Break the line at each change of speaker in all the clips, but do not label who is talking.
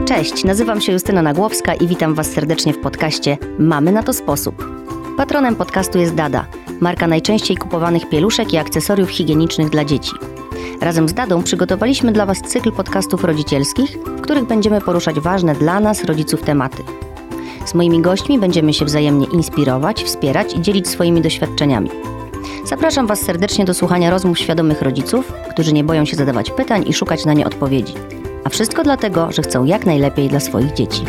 Cześć, nazywam się Justyna Nagłowska i witam Was serdecznie w podcaście Mamy na to sposób. Patronem podcastu jest Dada, marka najczęściej kupowanych pieluszek i akcesoriów higienicznych dla dzieci. Razem z Dadą przygotowaliśmy dla Was cykl podcastów rodzicielskich, w których będziemy poruszać ważne dla nas, rodziców, tematy. Z moimi gośćmi będziemy się wzajemnie inspirować, wspierać i dzielić swoimi doświadczeniami. Zapraszam Was serdecznie do słuchania rozmów świadomych rodziców, którzy nie boją się zadawać pytań i szukać na nie odpowiedzi. A wszystko dlatego, że chcą jak najlepiej dla swoich dzieci.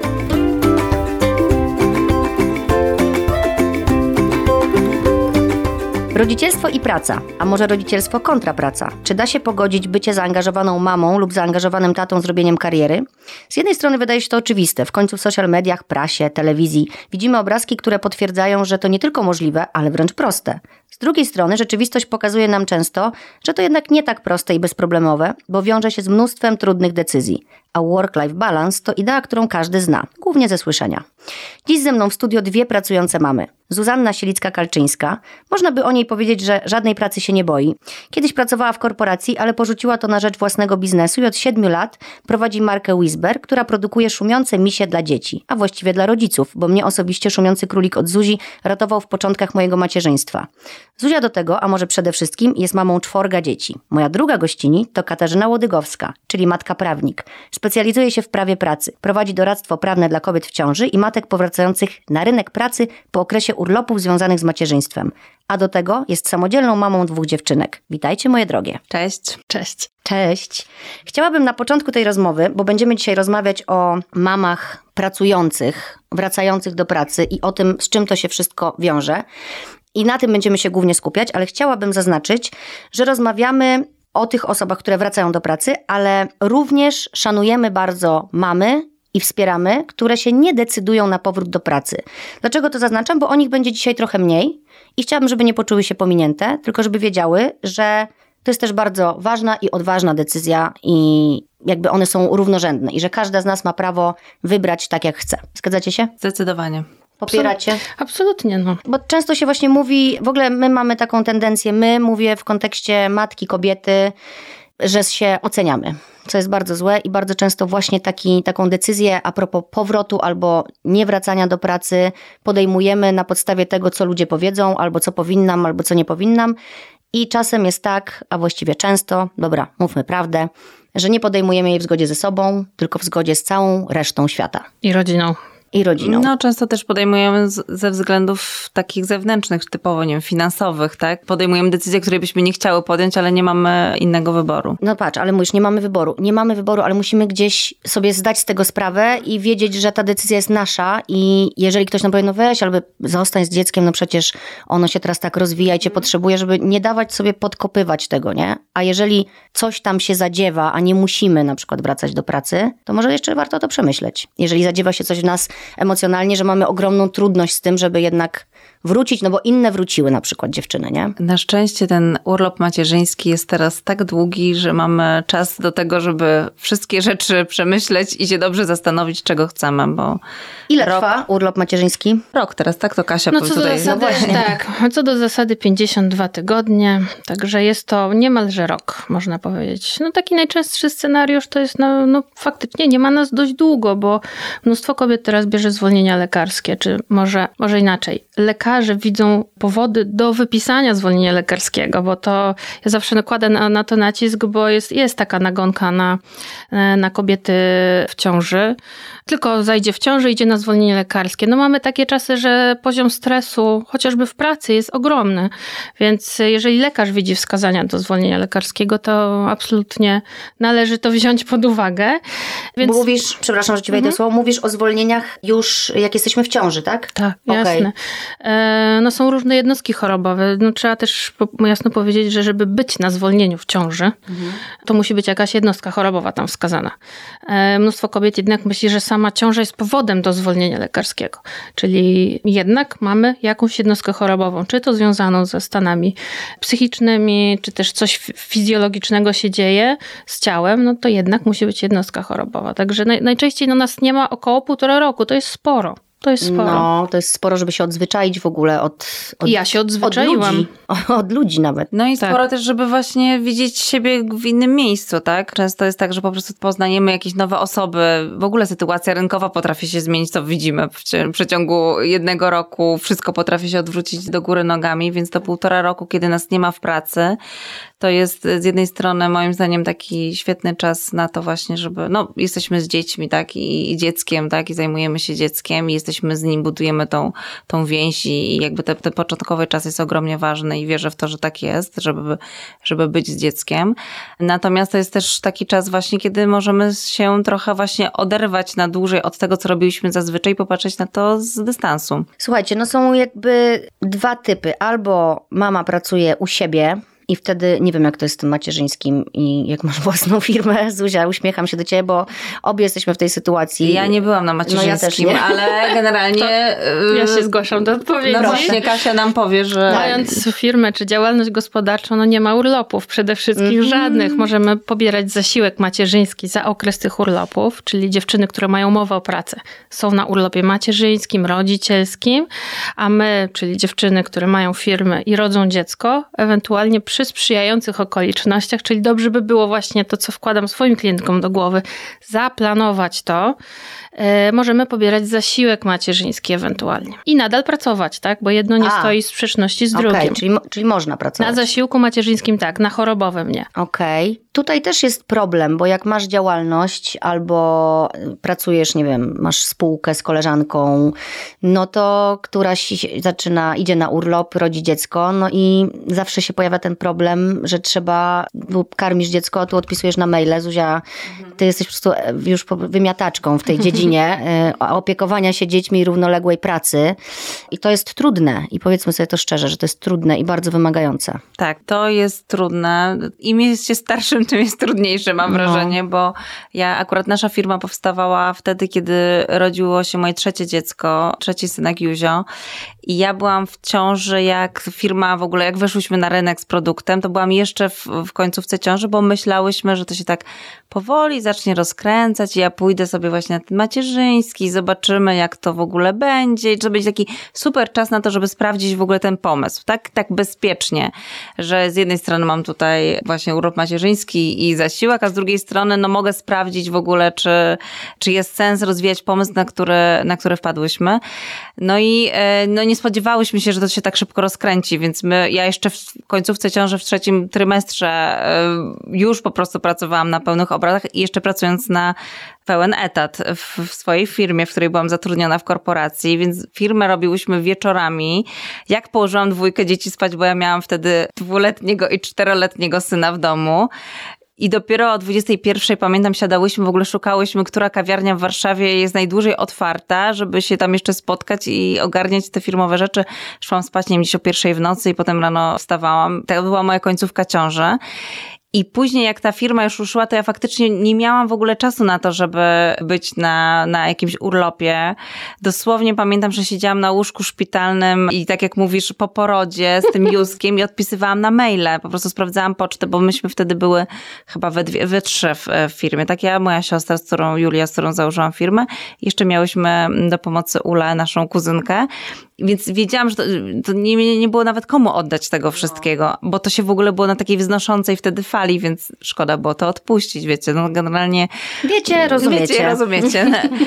Rodzicielstwo i praca, a może rodzicielstwo kontra praca. Czy da się pogodzić bycie zaangażowaną mamą lub zaangażowanym tatą z robieniem kariery? Z jednej strony wydaje się to oczywiste. W końcu w social mediach, prasie, telewizji widzimy obrazki, które potwierdzają, że to nie tylko możliwe, ale wręcz proste. Z drugiej strony rzeczywistość pokazuje nam często, że to jednak nie tak proste i bezproblemowe, bo wiąże się z mnóstwem trudnych decyzji. A work-life balance to idea, którą każdy zna, głównie ze słyszenia. Dziś ze mną w studio dwie pracujące mamy. Zuzanna Sielicka-Kalczyńska. Można by o niej powiedzieć, że żadnej pracy się nie boi. Kiedyś pracowała w korporacji, ale porzuciła to na rzecz własnego biznesu i od 7 lat prowadzi markę Whisper, która produkuje szumiące misie dla dzieci, a właściwie dla rodziców, bo mnie osobiście szumiący królik od Zuzi ratował w początkach mojego macierzyństwa. Zuzia do tego, a może przede wszystkim, jest mamą 4 dzieci. Moja druga gościni to Katarzyna Łodygowska, czyli matka prawnik. Specjalizuje się w prawie pracy. Prowadzi doradztwo prawne dla kobiet w ciąży i matek powracających na rynek pracy po okresie urlopów związanych z macierzyństwem. A do tego jest samodzielną mamą 2 dziewczynek. Witajcie, moje drogie.
Cześć. Cześć.
Cześć. Chciałabym na początku tej rozmowy, bo będziemy dzisiaj rozmawiać o mamach pracujących, wracających do pracy i o tym, z czym to się wszystko wiąże. I na tym będziemy się głównie skupiać, ale chciałabym zaznaczyć, że rozmawiamy o tych osobach, które wracają do pracy, ale również szanujemy bardzo mamy i wspieramy, które się nie decydują na powrót do pracy. Dlaczego to zaznaczam? Bo o nich będzie dzisiaj trochę mniej i chciałabym, żeby nie poczuły się pominięte, tylko żeby wiedziały, że to jest też bardzo ważna i odważna decyzja i jakby one są równorzędne i że każda z nas ma prawo wybrać tak, jak chce. Zgadzacie się?
Zdecydowanie.
Popieracie?
Absolutnie, no.
Bo często się właśnie mówi, w ogóle my mamy taką tendencję, mówię w kontekście matki, kobiety, że się oceniamy, co jest bardzo złe i bardzo często właśnie taką decyzję a propos powrotu albo niewracania do pracy podejmujemy na podstawie tego, co ludzie powiedzą, albo co powinnam, albo co nie powinnam. I czasem jest tak, a właściwie często, dobra, mówmy prawdę, że nie podejmujemy jej w zgodzie ze sobą, tylko w zgodzie z całą resztą świata.
I rodziną.
No,
często też podejmujemy ze względów takich zewnętrznych, typowo, nie wiem, finansowych, tak? Podejmujemy decyzje, które byśmy nie chciały podjąć, ale nie mamy innego wyboru.
No patrz, ale mówisz, nie mamy wyboru. Nie mamy wyboru, ale musimy gdzieś sobie zdać z tego sprawę i wiedzieć, że ta decyzja jest nasza i jeżeli ktoś nam powie, no weź, albo zostań z dzieckiem, no przecież ono się teraz tak rozwija i cię potrzebuje, żeby nie dawać sobie podkopywać tego, nie? A jeżeli coś tam się zadziewa, a nie musimy na przykład wracać do pracy, to może jeszcze warto to przemyśleć. Jeżeli zadziewa się coś w nas emocjonalnie, że mamy ogromną trudność z tym, żeby jednak wrócić, no bo inne wróciły na przykład dziewczyny, nie?
Na szczęście ten urlop macierzyński jest teraz tak długi, że mamy czas do tego, żeby wszystkie rzeczy przemyśleć i się dobrze zastanowić, czego chcemy, bo...
Ile trwa urlop macierzyński?
Rok teraz, tak? To Kasia
powie tutaj. Co do zasady 52 tygodnie, także jest to niemalże rok, można powiedzieć. No taki najczęstszy scenariusz to jest, no faktycznie nie ma nas dość długo, bo mnóstwo kobiet teraz bierze zwolnienia lekarskie, czy może inaczej. Lekarze widzą powody do wypisania zwolnienia lekarskiego, bo to ja zawsze nakładę na to nacisk, bo jest taka nagonka na kobiety w ciąży. Tylko zajdzie w ciąży, idzie na zwolnienie lekarskie. No mamy takie czasy, że poziom stresu, chociażby w pracy, jest ogromny. Więc jeżeli lekarz widzi wskazania do zwolnienia lekarskiego, to absolutnie należy to wziąć pod uwagę.
Więc... Bo mówisz, przepraszam, że ci wejdę słowo, mówisz o zwolnieniach już jak jesteśmy w ciąży, tak?
Tak, jasne. No są różne jednostki chorobowe. No trzeba też jasno powiedzieć, że żeby być na zwolnieniu w ciąży, to musi być jakaś jednostka chorobowa tam wskazana. Mnóstwo kobiet jednak myśli, że sama ciąża jest powodem do zwolnienia lekarskiego. Czyli jednak mamy jakąś jednostkę chorobową, czy to związaną ze stanami psychicznymi, czy też coś fizjologicznego się dzieje z ciałem, no to jednak musi być jednostka chorobowa. Także najczęściej nas nie ma około 1,5 roku. To jest sporo. To jest sporo.
No, to jest sporo, żeby się odzwyczaić w ogóle od
ja się odzwyczaiłam.
Od ludzi nawet.
No i sporo też, żeby właśnie widzieć siebie w innym miejscu, tak? Często jest tak, że po prostu poznajemy jakieś nowe osoby. W ogóle sytuacja rynkowa potrafi się zmienić, to widzimy w przeciągu 1 roku. Wszystko potrafi się odwrócić do góry nogami, więc to 1,5 roku, kiedy nas nie ma w pracy, to jest z jednej strony moim zdaniem taki świetny czas na to właśnie, żeby, no jesteśmy z dziećmi, tak? I dzieckiem, tak? I zajmujemy się dzieckiem i jesteśmy z nim, budujemy tą więź i jakby ten początkowy czas jest ogromnie ważny i wierzę w to, że tak jest, żeby być z dzieckiem. Natomiast to jest też taki czas właśnie, kiedy możemy się trochę właśnie oderwać na dłużej od tego, co robiliśmy zazwyczaj i popatrzeć na to z dystansu.
Słuchajcie, no są jakby 2 typy. Albo mama pracuje u siebie i wtedy nie wiem, jak to jest z tym macierzyńskim i jak masz własną firmę. Zuzia, uśmiecham się do ciebie, bo obie jesteśmy w tej sytuacji.
Ja nie byłam na macierzyńskim, no ja ale generalnie...
Ja się zgłaszam do odpowiedzi.
No właśnie, Kasia nam powie, że...
Mając firmę czy działalność gospodarczą, no nie ma urlopów przede wszystkim żadnych. Możemy pobierać zasiłek macierzyński za okres tych urlopów, czyli dziewczyny, które mają umowę o pracę, są na urlopie macierzyńskim, rodzicielskim, a my, czyli dziewczyny, które mają firmy i rodzą dziecko, ewentualnie przy sprzyjających okolicznościach, czyli dobrze by było właśnie to, co wkładam swoim klientkom do głowy, zaplanować to, możemy pobierać zasiłek macierzyński ewentualnie. I nadal pracować, tak? Bo jedno nie stoi w sprzeczności z drugim.
Czyli można pracować.
Na zasiłku macierzyńskim tak, na chorobowym nie.
Okej. Tutaj też jest problem, bo jak masz działalność albo pracujesz, nie wiem, masz spółkę z koleżanką, no to któraś idzie na urlop, rodzi dziecko, no i zawsze się pojawia ten problem, że trzeba, karmisz dziecko, tu odpisujesz na maile. Zuzia, ty jesteś po prostu już wymiataczką w tej dziedzinie opiekowania się dziećmi i równoległej pracy i to jest trudne i powiedzmy sobie to szczerze, że to jest trudne i bardzo wymagające.
Tak, to jest trudne. Im jest się starszym, tym jest trudniejsze, mam wrażenie, bo nasza firma powstawała wtedy, kiedy rodziło się moje 3. dziecko, 3. synek Józio i ja byłam w ciąży, jak firma w ogóle, jak weszłyśmy na rynek z produktem, to byłam jeszcze w końcówce ciąży, bo myślałyśmy, że to się tak powoli zacznie rozkręcać i ja pójdę sobie właśnie na ten macierzyński, zobaczymy jak to w ogóle będzie i to będzie taki super czas na to, żeby sprawdzić w ogóle ten pomysł, tak bezpiecznie, że z jednej strony mam tutaj właśnie urlop macierzyński i zasiłek, a z drugiej strony no mogę sprawdzić w ogóle, czy jest sens rozwijać pomysł, na który wpadłyśmy. No i nie spodziewałyśmy się, że to się tak szybko rozkręci, więc ja jeszcze w końcówce ciąży w 3. trymestrze już po prostu pracowałam na pełnych obradach i jeszcze pracując na pełen etat w swojej firmie, w której byłam zatrudniona w korporacji, więc firmę robiłyśmy wieczorami. Jak położyłam 2 dzieci spać, bo ja miałam wtedy 2-letniego i 4-letniego syna w domu. I dopiero o 21:00, pamiętam, siadałyśmy, w ogóle szukałyśmy, która kawiarnia w Warszawie jest najdłużej otwarta, żeby się tam jeszcze spotkać i ogarniać te firmowe rzeczy. Szłam spać, nie wiem, gdzieś o 1:00 w nocy i potem rano wstawałam. To była moja końcówka ciąży. I później jak ta firma już ruszyła, to ja faktycznie nie miałam w ogóle czasu na to, żeby być na jakimś urlopie. Dosłownie pamiętam, że siedziałam na łóżku szpitalnym i tak jak mówisz, po porodzie z tym Józkiem i odpisywałam na maile. Po prostu sprawdzałam pocztę, bo myśmy wtedy były chyba we 3 w firmie. Tak ja, moja siostra, Julia, z którą założyłam firmę. Jeszcze miałyśmy do pomocy Ulę, naszą kuzynkę. Więc wiedziałam, że to nie było nawet komu oddać tego wszystkiego, bo to się w ogóle było na takiej wznoszącej wtedy fali, więc szkoda było to odpuścić, wiecie. No generalnie...
Wiecie, rozumiecie.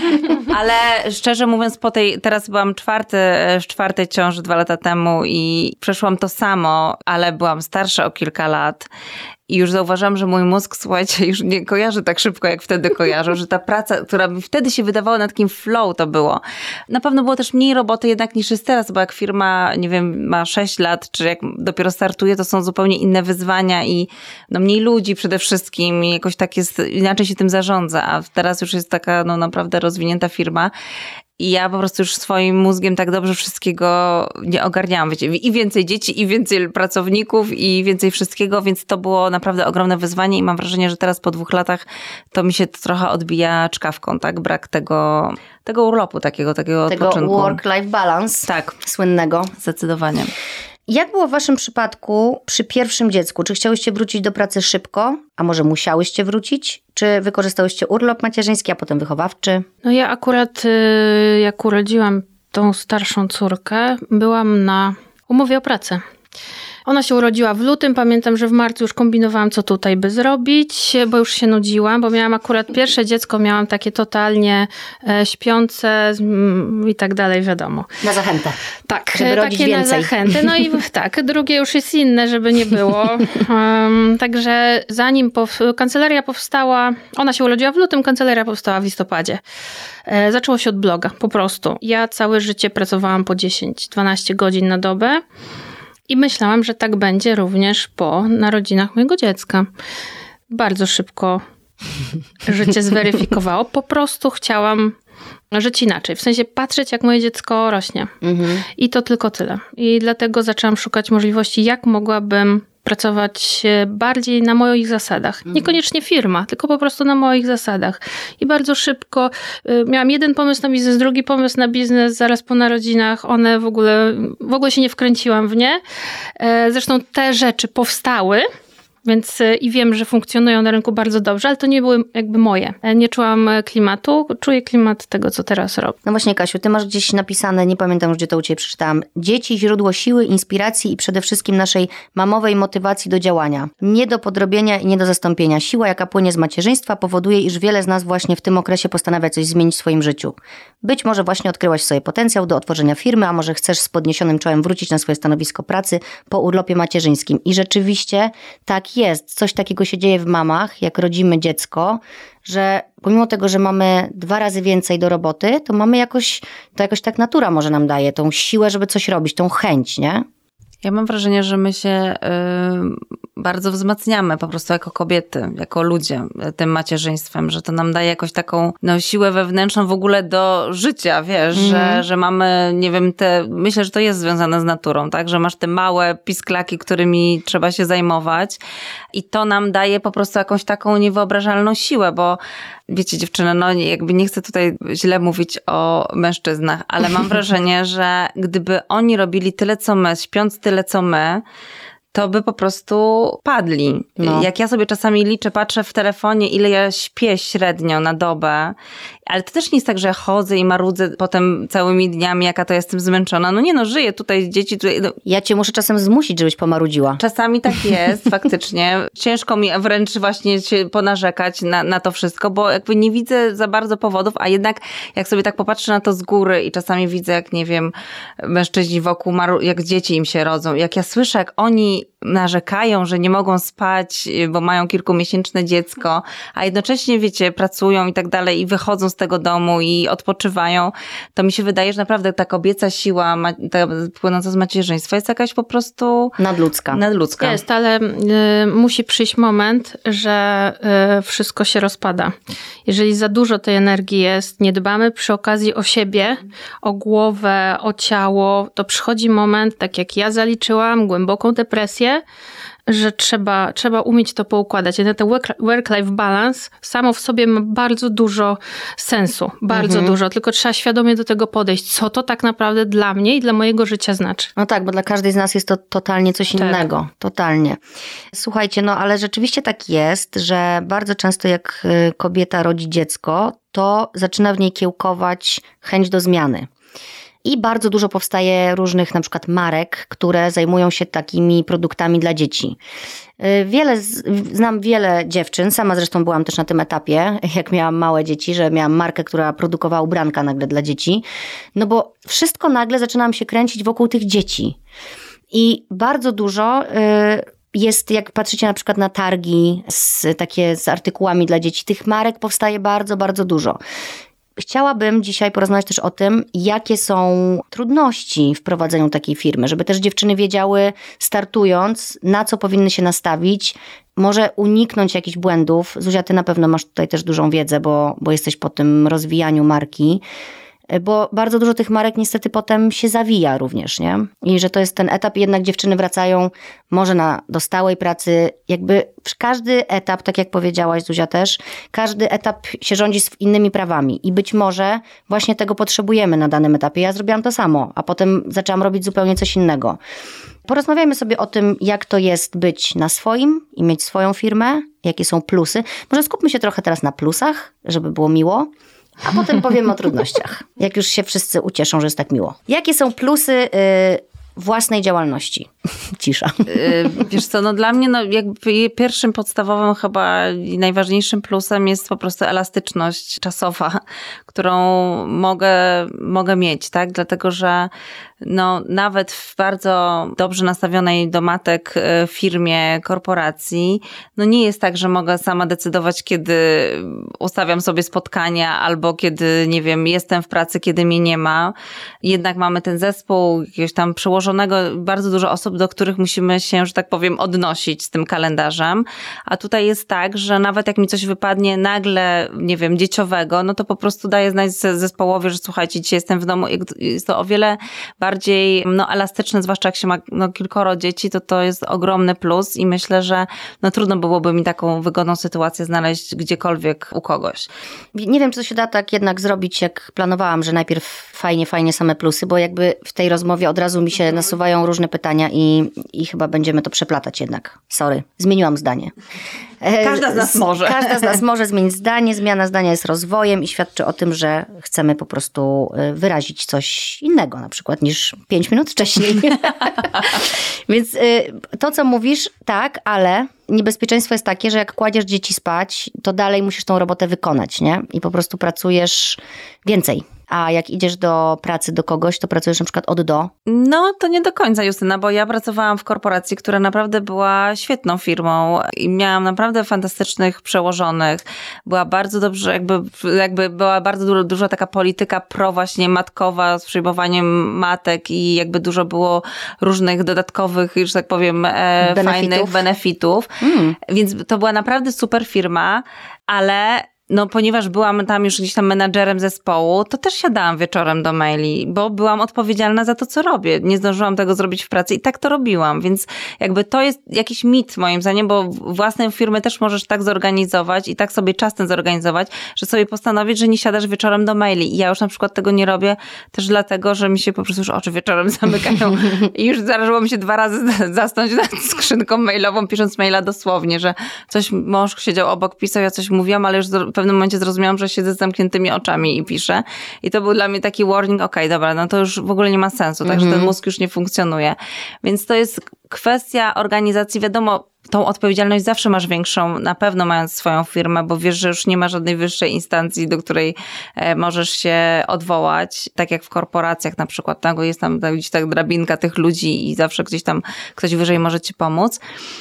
Ale szczerze mówiąc, teraz byłam w 4. ciąży 2 lata temu i przeszłam to samo, ale byłam starsza o kilka lat. I już zauważyłam, że mój mózg, słuchajcie, już nie kojarzy tak szybko, jak wtedy kojarzył, że ta praca, która mi wtedy się wydawała na takim flow to było. Na pewno było też mniej roboty jednak niż jest teraz, bo jak firma, nie wiem, ma 6 lat, czy jak dopiero startuje, to są zupełnie inne wyzwania i mniej ludzi przede wszystkim i jakoś tak jest, inaczej się tym zarządza, a teraz już jest taka naprawdę rozwinięta firma. I ja po prostu już swoim mózgiem tak dobrze wszystkiego nie ogarniałam. Wiecie, i więcej dzieci, i więcej pracowników, i więcej wszystkiego, więc to było naprawdę ogromne wyzwanie i mam wrażenie, że teraz po 2 latach to mi się trochę odbija czkawką, tak? Brak tego urlopu takiego odpoczynku.
Work-life balance.
Tak.
Słynnego.
Zdecydowanie.
Jak było w waszym przypadku przy pierwszym dziecku? Czy chciałyście wrócić do pracy szybko, a może musiałyście wrócić? Czy wykorzystałyście urlop macierzyński, a potem wychowawczy?
No ja akurat jak urodziłam tą starszą córkę, byłam na umowie o pracę. Ona się urodziła w lutym, pamiętam, że w marcu już kombinowałam, co tutaj by zrobić, bo już się nudziłam, bo miałam akurat pierwsze dziecko, miałam takie totalnie śpiące i tak dalej, wiadomo.
Na zachętę.
Tak,
żeby rodzić
takie
więcej.
na zachętę. No i tak, drugie już jest inne, żeby nie było. Także zanim kancelaria powstała, ona się urodziła w lutym, kancelaria powstała w listopadzie. Zaczęło się od bloga, po prostu. Ja całe życie pracowałam po 10-12 godzin na dobę. I myślałam, że tak będzie również po narodzinach mojego dziecka. Bardzo szybko życie zweryfikowało. Po prostu chciałam żyć inaczej. W sensie patrzeć, jak moje dziecko rośnie. I to tylko tyle. I dlatego zaczęłam szukać możliwości, jak mogłabym pracować bardziej na moich zasadach. Niekoniecznie firma, tylko po prostu na moich zasadach. I bardzo szybko miałam jeden pomysł na biznes, drugi pomysł na biznes zaraz po narodzinach. One w ogóle się nie wkręciłam w nie. Zresztą te rzeczy powstały, więc i wiem, że funkcjonują na rynku bardzo dobrze, ale to nie były jakby moje. Nie czułam klimatu, czuję klimat tego, co teraz robię.
No właśnie, Kasiu, ty masz gdzieś napisane, nie pamiętam już, gdzie to u ciebie przeczytałam. Dzieci, źródło siły, inspiracji i przede wszystkim naszej mamowej motywacji do działania. Nie do podrobienia i nie do zastąpienia. Siła, jaka płynie z macierzyństwa, powoduje, iż wiele z nas właśnie w tym okresie postanawia coś zmienić w swoim życiu. Być może właśnie odkryłaś sobie potencjał do otworzenia firmy, a może chcesz z podniesionym czołem wrócić na swoje stanowisko pracy po urlopie macierzyńskim. I rzeczywiście tak jest. Coś takiego się dzieje w mamach, jak rodzimy dziecko, że pomimo tego, że mamy 2 razy więcej do roboty, to mamy jakoś tak natura może nam daje tą siłę, żeby coś robić, tą chęć, nie?
Ja mam wrażenie, że my się bardzo wzmacniamy po prostu jako kobiety, jako ludzie tym macierzyństwem, że to nam daje jakąś taką siłę wewnętrzną w ogóle do życia, wiesz, że mamy, nie wiem, myślę, że to jest związane z naturą, tak, że masz te małe pisklaki, którymi trzeba się zajmować i to nam daje po prostu jakąś taką niewyobrażalną siłę, bo wiecie, dziewczyny, jakby nie chcę tutaj źle mówić o mężczyznach, ale mam wrażenie, że gdyby oni robili tyle, co my, śpiąc tyle, co my, to by po prostu padli. No. Jak ja sobie czasami liczę, patrzę w telefonie, ile ja śpię średnio na dobę, ale to też nie jest tak, że ja chodzę i marudzę potem całymi dniami, jaka to jestem zmęczona. żyję tutaj, dzieci tutaj.
Ja cię muszę czasem zmusić, żebyś pomarudziła.
Czasami tak jest, faktycznie. Ciężko mi wręcz właśnie się ponarzekać na to wszystko, bo jakby nie widzę za bardzo powodów, a jednak jak sobie tak popatrzę na to z góry i czasami widzę, jak nie wiem, mężczyźni wokół jak dzieci im się rodzą, jak ja słyszę, jak oni narzekają, że nie mogą spać, bo mają kilkumiesięczne dziecko, a jednocześnie, wiecie, pracują i tak dalej i wychodzą z tego domu i odpoczywają, to mi się wydaje, że naprawdę ta kobieca siła płynąca z macierzyństwa jest jakaś po prostu nadludzka.
Jest, ale musi przyjść moment, że wszystko się rozpada. Jeżeli za dużo tej energii jest, nie dbamy przy okazji o siebie, o głowę, o ciało, to przychodzi moment, tak jak ja zaliczyłam, głęboką depresję, że trzeba umieć to poukładać. Ten work-life balance samo w sobie ma bardzo dużo sensu. Bardzo dużo. Tylko trzeba świadomie do tego podejść. Co to tak naprawdę dla mnie i dla mojego życia znaczy.
No tak, bo dla każdej z nas jest to totalnie coś innego. Totalnie. Słuchajcie, ale rzeczywiście tak jest, że bardzo często jak kobieta rodzi dziecko, to zaczyna w niej kiełkować chęć do zmiany. I bardzo dużo powstaje różnych na przykład marek, które zajmują się takimi produktami dla dzieci. Znam wiele dziewczyn, sama zresztą byłam też na tym etapie, jak miałam małe dzieci, że miałam markę, która produkowała ubranka nagle dla dzieci. No bo wszystko nagle zaczynam się kręcić wokół tych dzieci. I bardzo dużo jest, jak patrzycie na przykład na targi z artykułami dla dzieci, tych marek powstaje bardzo, bardzo dużo. Chciałabym dzisiaj porozmawiać też o tym, jakie są trudności w prowadzeniu takiej firmy, żeby też dziewczyny wiedziały, startując, na co powinny się nastawić, może uniknąć jakichś błędów. Zuzia, ty na pewno masz tutaj też dużą wiedzę, bo jesteś po tym rozwijaniu marki, bo bardzo dużo tych marek niestety potem się zawija również, nie? I że to jest ten etap, jednak dziewczyny wracają może do stałej pracy, jakby każdy etap, tak jak powiedziałaś Zuzia też, każdy etap się rządzi z innymi prawami i być może właśnie tego potrzebujemy na danym etapie. Ja zrobiłam to samo, a potem zaczęłam robić zupełnie coś innego. Porozmawiajmy sobie o tym, jak to jest być na swoim i mieć swoją firmę, jakie są plusy. Może skupmy się trochę teraz na plusach, żeby było miło, a potem powiemy o trudnościach, jak już się wszyscy ucieszą, że jest tak miło. Jakie są plusy własnej działalności? Cisza.
Wiesz co, dla mnie jakby pierwszym podstawowym chyba i najważniejszym plusem jest po prostu elastyczność czasowa, którą mogę mieć, tak? Dlatego, że nawet w bardzo dobrze nastawionej do matek firmie, korporacji, nie jest tak, że mogę sama decydować, kiedy ustawiam sobie spotkania albo kiedy, nie wiem, jestem w pracy, kiedy mnie nie ma. Jednak mamy ten zespół jakiegoś tam przełożonego, bardzo dużo osób, do których musimy się, że tak powiem, odnosić z tym kalendarzem. A tutaj jest tak, że nawet jak mi coś wypadnie nagle, nie wiem, dzieciowego, to po prostu daję znać zespołowi, że słuchajcie, dzisiaj jestem w domu. Jest to o wiele bardziej elastyczne, zwłaszcza jak się ma kilkoro dzieci, to jest ogromny plus i myślę, że trudno byłoby mi taką wygodną sytuację znaleźć gdziekolwiek u kogoś.
Nie wiem, czy to się da tak jednak zrobić, jak planowałam, że najpierw fajnie same plusy, bo jakby w tej rozmowie od razu mi się nasuwają różne pytania i chyba będziemy to przeplatać jednak. Sorry, zmieniłam zdanie.
Każda z nas może.
Każda z nas może zmienić zdanie. Zmiana zdania jest rozwojem i świadczy o tym, że chcemy po prostu wyrazić coś innego na przykład niż 5 minut wcześniej. Więc to, co mówisz, tak, ale niebezpieczeństwo jest takie, że jak kładziesz dzieci spać, to dalej musisz tą robotę wykonać, nie? I po prostu pracujesz więcej. A jak idziesz do pracy do kogoś, to pracujesz na przykład od do?
To nie do końca, Justyna, bo ja pracowałam w korporacji, która naprawdę była świetną firmą i miałam naprawdę fantastycznych przełożonych. Była bardzo dobrze, jakby była bardzo duża taka polityka właśnie matkowa z przyjmowaniem matek i jakby dużo było różnych dodatkowych, że tak powiem, fajnych benefitów. Więc to była naprawdę super firma, ale ponieważ byłam tam już gdzieś tam menadżerem zespołu, to też siadałam wieczorem do maili, bo byłam odpowiedzialna za to, co robię. Nie zdążyłam tego zrobić w pracy i tak to robiłam, więc jakby to jest jakiś mit moim zdaniem, bo własną firmę też możesz tak zorganizować i tak sobie czas ten zorganizować, że sobie postanowić, że nie siadasz wieczorem do maili. I ja już na przykład tego nie robię też dlatego, że mi się po prostu już oczy wieczorem zamykają i już zdarzyło mi się 2 razy zasnąć nad skrzynką mailową, pisząc maila dosłownie, że coś mąż siedział obok, pisał, ja coś mówiłam, ale już w pewnym momencie zrozumiałam, że siedzę z zamkniętymi oczami i piszę. I to był dla mnie taki warning, okej, dobra, to już w ogóle nie ma sensu, także ten mózg już nie funkcjonuje. Więc to jest kwestia organizacji. Wiadomo, tą odpowiedzialność zawsze masz większą, na pewno mając swoją firmę, bo wiesz, że już nie ma żadnej wyższej instancji, do której możesz się odwołać, tak jak w korporacjach na przykład, tak? Bo jest tam gdzieś tak drabinka tych ludzi i zawsze gdzieś tam ktoś wyżej może ci pomóc.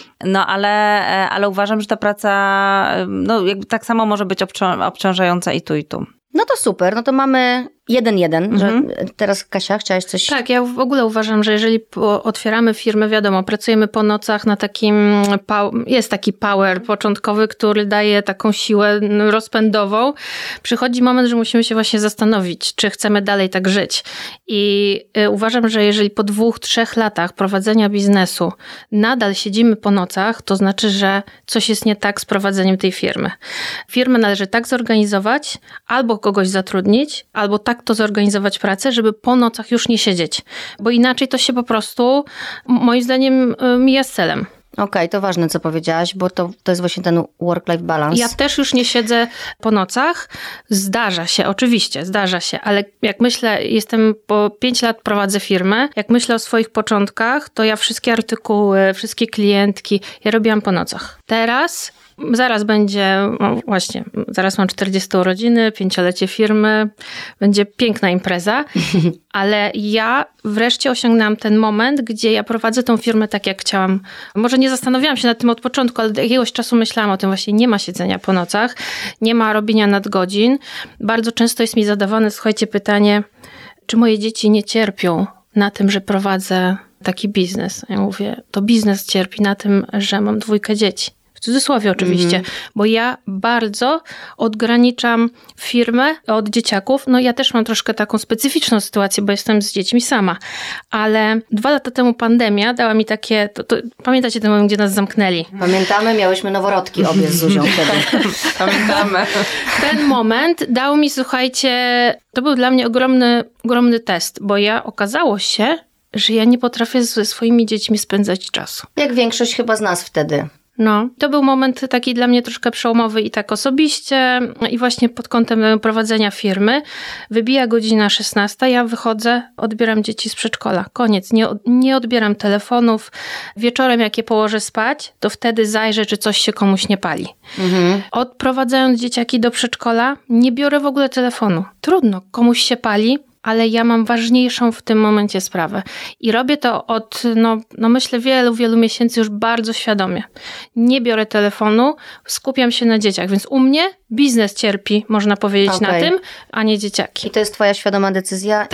Ale uważam, że ta praca jakby tak samo może być obciążająca i tu, i tu.
To super, to mamy 1-1, że teraz Kasia, chciałaś coś?
Tak, ja w ogóle uważam, że jeżeli otwieramy firmę, wiadomo, pracujemy po nocach na takim, jest taki power początkowy, który daje taką siłę rozpędową. Przychodzi moment, że musimy się właśnie zastanowić, czy chcemy dalej tak żyć. I uważam, że jeżeli po 2-3 latach prowadzenia biznesu nadal siedzimy po nocach, to znaczy, że coś jest nie tak z prowadzeniem tej firmy. Firmę należy tak zorganizować, albo kogoś zatrudnić, albo tak to zorganizować pracę, żeby po nocach już nie siedzieć. Bo inaczej to się po prostu, moim zdaniem, mija z celem.
Okej, to ważne, co powiedziałaś, bo to jest właśnie ten work-life balance.
Ja też już nie siedzę po nocach. Zdarza się, oczywiście, zdarza się, ale jak myślę, po 5 lat prowadzę firmę, jak myślę o swoich początkach, to ja wszystkie artykuły, wszystkie klientki, ja robiłam po nocach. Teraz zaraz będzie, zaraz mam 40 urodziny, 5-lecie firmy, będzie piękna impreza, ale ja wreszcie osiągnęłam ten moment, gdzie ja prowadzę tą firmę tak, jak chciałam. Może nie zastanawiałam się nad tym od początku, ale do jakiegoś czasu myślałam o tym właśnie, nie ma siedzenia po nocach, nie ma robienia nadgodzin. Bardzo często jest mi zadawane, słuchajcie, pytanie, czy moje dzieci nie cierpią na tym, że prowadzę taki biznes? Ja mówię, to biznes cierpi na tym, że mam 2 dzieci. W cudzysłowie oczywiście, bo ja bardzo odgraniczam firmę od dzieciaków. Ja też mam troszkę taką specyficzną sytuację, bo jestem z dziećmi sama, ale 2 lata temu pandemia dała mi takie, pamiętacie ten moment, gdzie nas zamknęli?
Pamiętamy, miałyśmy noworodki obie z Zuzią wtedy.
Pamiętamy.
Ten moment dał mi, słuchajcie, to był dla mnie ogromny test, bo okazało się, że ja nie potrafię ze swoimi dziećmi spędzać czasu.
Jak większość chyba z nas wtedy.
No, to był moment taki dla mnie troszkę przełomowy i tak osobiście i właśnie pod kątem prowadzenia firmy. Wybija godzina 16, ja wychodzę, odbieram dzieci z przedszkola. Koniec, nie odbieram telefonów. Wieczorem jak je położę spać, to wtedy zajrzę, czy coś się komuś nie pali. Odprowadzając dzieciaki do przedszkola, nie biorę w ogóle telefonu. Trudno, komuś się pali, ale ja mam ważniejszą w tym momencie sprawę. I robię to od, myślę, wielu miesięcy już bardzo świadomie. Nie biorę telefonu, skupiam się na dzieciach, więc u mnie biznes cierpi, można powiedzieć, na tym, a nie dzieciaki.
I to jest twoja świadoma decyzja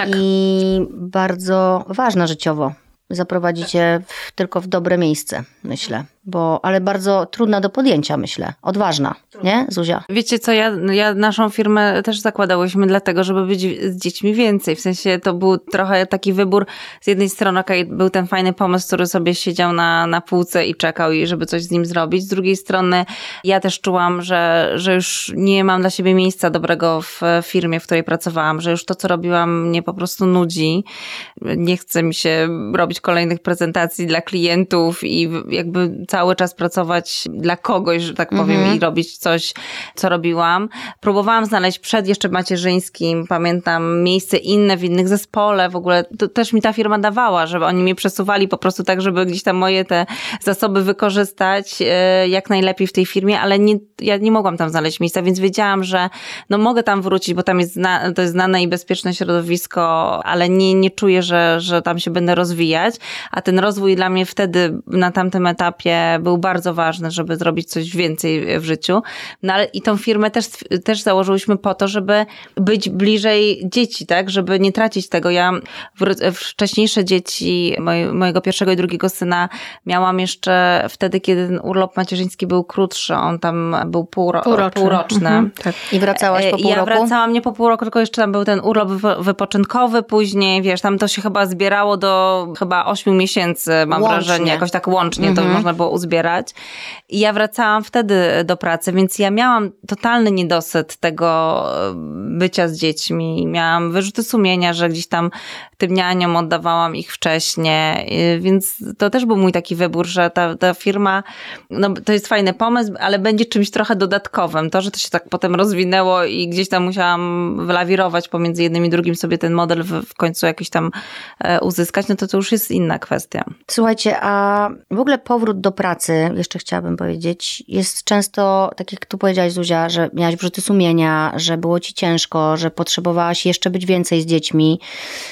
i bardzo ważna życiowo. Zaprowadzicie tylko w dobre miejsce, myślę. Ale bardzo trudna do podjęcia, myślę. Odważna, nie, Zuzia?
Wiecie co, ja naszą firmę też zakładałyśmy dlatego, żeby być z dziećmi więcej. W sensie to był trochę taki wybór. Z jednej strony był ten fajny pomysł, który sobie siedział na półce i czekał, i żeby coś z nim zrobić. Z drugiej strony ja też czułam, że już nie mam dla siebie miejsca dobrego w firmie, w której pracowałam, że już to, co robiłam, mnie po prostu nudzi. Nie chce mi się robić kolejnych prezentacji dla klientów i jakby cały czas pracować dla kogoś, że tak powiem, i robić coś, co robiłam. Próbowałam znaleźć przed jeszcze macierzyńskim, pamiętam, miejsce inne w innych zespole. W ogóle to też mi ta firma dawała, żeby oni mnie przesuwali po prostu tak, żeby gdzieś tam moje te zasoby wykorzystać jak najlepiej w tej firmie, ale ja nie mogłam tam znaleźć miejsca, więc wiedziałam, że mogę tam wrócić, bo tam jest to jest znane i bezpieczne środowisko, ale nie czuję, że tam się będę rozwijać. A ten rozwój dla mnie wtedy, na tamtym etapie był bardzo ważny, żeby zrobić coś więcej w życiu. No ale i tą firmę też założyłyśmy po to, żeby być bliżej dzieci, tak? Żeby nie tracić tego. Ja wcześniejsze dzieci, mojego pierwszego i drugiego syna miałam jeszcze wtedy, kiedy ten urlop macierzyński był krótszy. On tam był półroczny.
Tak. I wracałaś po pół roku?
Ja wracałam nie po pół roku, tylko jeszcze tam był ten urlop wypoczynkowy później, wiesz, tam to się chyba zbierało do chyba 8 miesięcy, mam wrażenie, jakoś tak łącznie to można było uzbierać. I ja wracałam wtedy do pracy, więc ja miałam totalny niedosyt tego bycia z dziećmi. Miałam wyrzuty sumienia, że gdzieś tam tym nianiom oddawałam ich wcześniej, więc to też był mój taki wybór, że ta firma, to jest fajny pomysł, ale będzie czymś trochę dodatkowym. To, że to się tak potem rozwinęło i gdzieś tam musiałam wylawirować pomiędzy jednym i drugim, sobie ten model w końcu jakiś tam uzyskać, to już jest inna kwestia.
Słuchajcie, a w ogóle powrót do pracy, jeszcze chciałabym powiedzieć, jest często, tak jak tu powiedziałaś, Zuzia, że miałaś wyrzuty sumienia, że było ci ciężko, że potrzebowałaś jeszcze być więcej z dziećmi,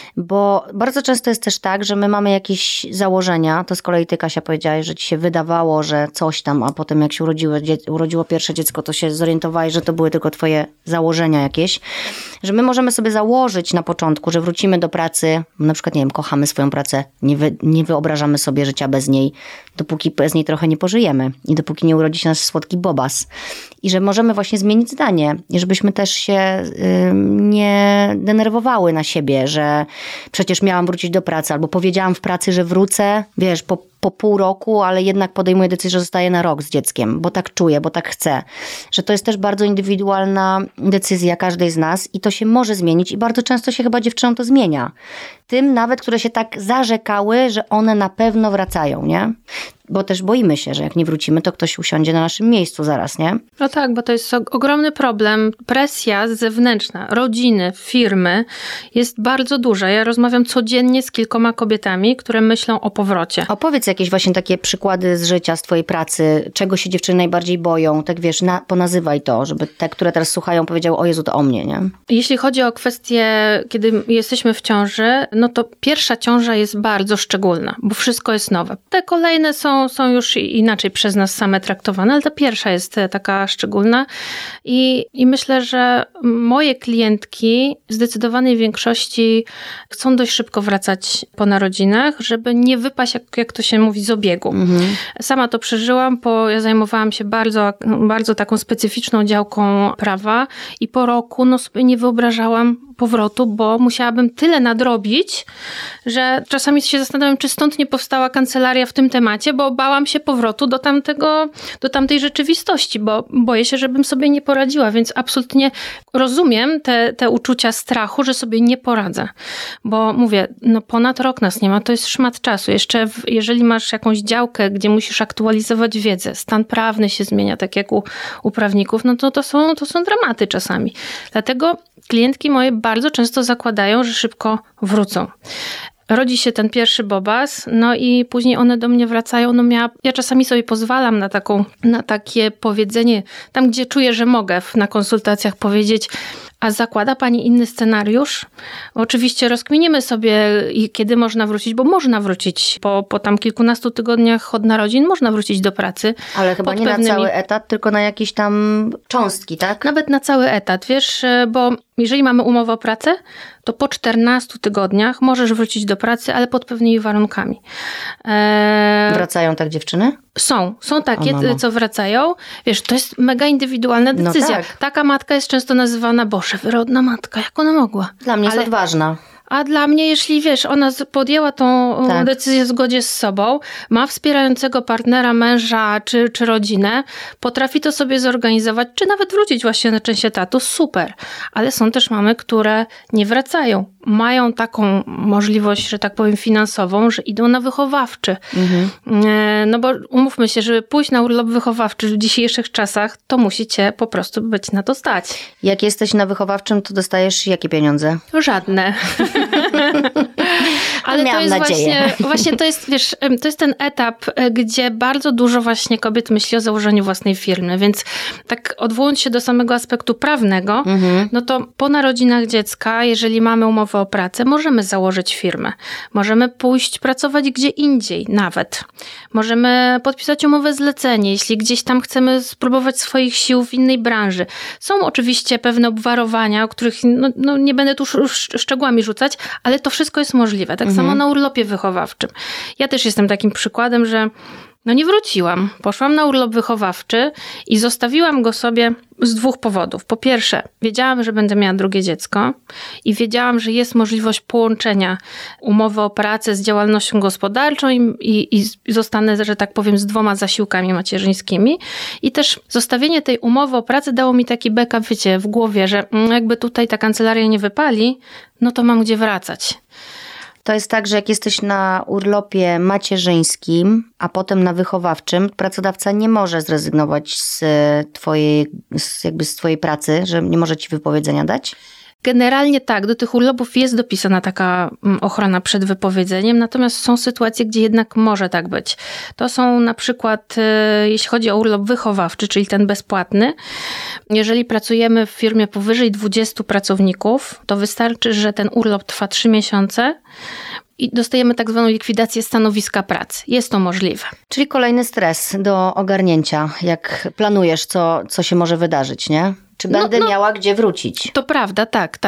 bo bardzo często jest też tak, że my mamy jakieś założenia, to z kolei ty, Kasia, powiedziałaś, że ci się wydawało, że coś tam, a potem jak się urodziło pierwsze dziecko, to się zorientowałeś, że to były tylko twoje założenia jakieś, że my możemy sobie założyć na początku, że wrócimy do pracy, na przykład, nie wiem, kochamy swoją pracę, nie wyobrażamy sobie życia bez niej, dopóki bez niej trochę nie pożyjemy i dopóki nie urodzi się nasz słodki bobas. I że możemy właśnie zmienić zdanie i żebyśmy też się nie denerwowały na siebie, że przecież miałam wrócić do pracy, albo powiedziałam w pracy, że wrócę, wiesz, po pół roku, ale jednak podejmuję decyzję, że zostaję na rok z dzieckiem, bo tak czuję, bo tak chcę. Że to jest też bardzo indywidualna decyzja każdej z nas i to się może zmienić i bardzo często się chyba dziewczynom to zmienia. Tym nawet, które się tak zarzekały, że one na pewno wracają, nie? Bo też boimy się, że jak nie wrócimy, to ktoś usiądzie na naszym miejscu zaraz, nie?
No tak, bo to jest ogromny problem. Presja zewnętrzna, rodziny, firmy jest bardzo duża. Ja rozmawiam codziennie z kilkoma kobietami, które myślą o powrocie.
Opowiedz jakieś właśnie takie przykłady z życia, z twojej pracy, czego się dziewczyny najbardziej boją, tak wiesz, ponazywaj to, żeby te, które teraz słuchają, powiedziały, o Jezu, to o mnie, nie?
Jeśli chodzi o kwestię, kiedy jesteśmy w ciąży, no to pierwsza ciąża jest bardzo szczególna, bo wszystko jest nowe. Te kolejne są już inaczej przez nas same traktowane, ale ta pierwsza jest taka szczególna i myślę, że moje klientki w zdecydowanej większości chcą dość szybko wracać po narodzinach, żeby nie wypaść, jak to się mówi, z obiegu. Sama to przeżyłam, bo ja zajmowałam się bardzo, bardzo taką specyficzną działką prawa i po roku sobie nie wyobrażałam powrotu, bo musiałabym tyle nadrobić, wrócić, że czasami się zastanawiam, czy stąd nie powstała kancelaria w tym temacie, bo bałam się powrotu do tamtej rzeczywistości, bo boję się, żebym sobie nie poradziła, więc absolutnie rozumiem te uczucia strachu, że sobie nie poradzę, bo mówię, no ponad rok nas nie ma, to jest szmat czasu. Jeszcze jeżeli masz jakąś działkę, gdzie musisz aktualizować wiedzę, stan prawny się zmienia, tak jak u prawników, no to są dramaty czasami. Dlatego klientki moje bardzo często zakładają, że szybko wrócą. Rodzi się ten pierwszy bobas, no i później one do mnie wracają. Ja czasami sobie pozwalam na takie powiedzenie, tam gdzie czuję, że mogę na konsultacjach powiedzieć, a zakłada pani inny scenariusz? Oczywiście rozkminimy sobie, kiedy można wrócić, bo można wrócić po tam kilkunastu tygodniach od narodzin, można wrócić do pracy.
Ale chyba nie na cały etat, tylko na jakieś tam cząstki, tak?
Nawet na cały etat, wiesz, bo jeżeli mamy umowę o pracę, to po 14 tygodniach możesz wrócić do pracy, ale pod pewnymi warunkami.
Wracają tak dziewczyny?
Są takie, co wracają. Wiesz, to jest mega indywidualna decyzja.
No tak.
Taka matka jest często nazywana, Boże, wyrodna matka, jak ona mogła?
Dla mnie jest odważna.
A dla mnie, jeśli wiesz, ona podjęła tą decyzję w zgodzie z sobą, ma wspierającego partnera, męża czy rodzinę, potrafi to sobie zorganizować, czy nawet wrócić właśnie na część etatu, super. Ale są też mamy, które nie wracają. Mają taką możliwość, że tak powiem, finansową, że idą na wychowawczy. No bo umówmy się, żeby pójść na urlop wychowawczy w dzisiejszych czasach, to musicie po prostu być na to stać.
Jak jesteś na wychowawczym, to dostajesz jakie pieniądze?
Żadne. Ale to jest właśnie to jest, wiesz, to jest ten etap, gdzie bardzo dużo właśnie kobiet myśli o założeniu własnej firmy, więc tak odwołując się do samego aspektu prawnego, no to po narodzinach dziecka, jeżeli mamy umowę o pracę, możemy założyć firmę. Możemy pójść pracować gdzie indziej nawet. Możemy podpisać umowę zlecenie, jeśli gdzieś tam chcemy spróbować swoich sił w innej branży. Są oczywiście pewne obwarowania, o których nie będę tu szczegółami rzucać, ale to wszystko jest możliwe. Tak samo na urlopie wychowawczym. Ja też jestem takim przykładem, że nie wróciłam. Poszłam na urlop wychowawczy i zostawiłam go sobie z 2 powodów. Po pierwsze, wiedziałam, że będę miała drugie dziecko i wiedziałam, że jest możliwość połączenia umowy o pracę z działalnością gospodarczą i zostanę, że tak powiem, z 2 zasiłkami macierzyńskimi. I też zostawienie tej umowy o pracę dało mi taki backup, wiecie, w głowie, że jakby tutaj ta kancelaria nie wypali, no to mam gdzie wracać.
To jest tak, że jak jesteś na urlopie macierzyńskim, a potem na wychowawczym, pracodawca nie może zrezygnować z twojej pracy, że nie może ci wypowiedzenia dać?
Generalnie tak, do tych urlopów jest dopisana taka ochrona przed wypowiedzeniem, natomiast są sytuacje, gdzie jednak może tak być. To są na przykład, jeśli chodzi o urlop wychowawczy, czyli ten bezpłatny, jeżeli pracujemy w firmie powyżej 20 pracowników, to wystarczy, że ten urlop trwa 3 miesiące i dostajemy tak zwaną likwidację stanowiska pracy. Jest to możliwe.
Czyli kolejny stres do ogarnięcia, jak planujesz, co się może wydarzyć, nie? Czy będę miała gdzie wrócić?
To prawda, tak.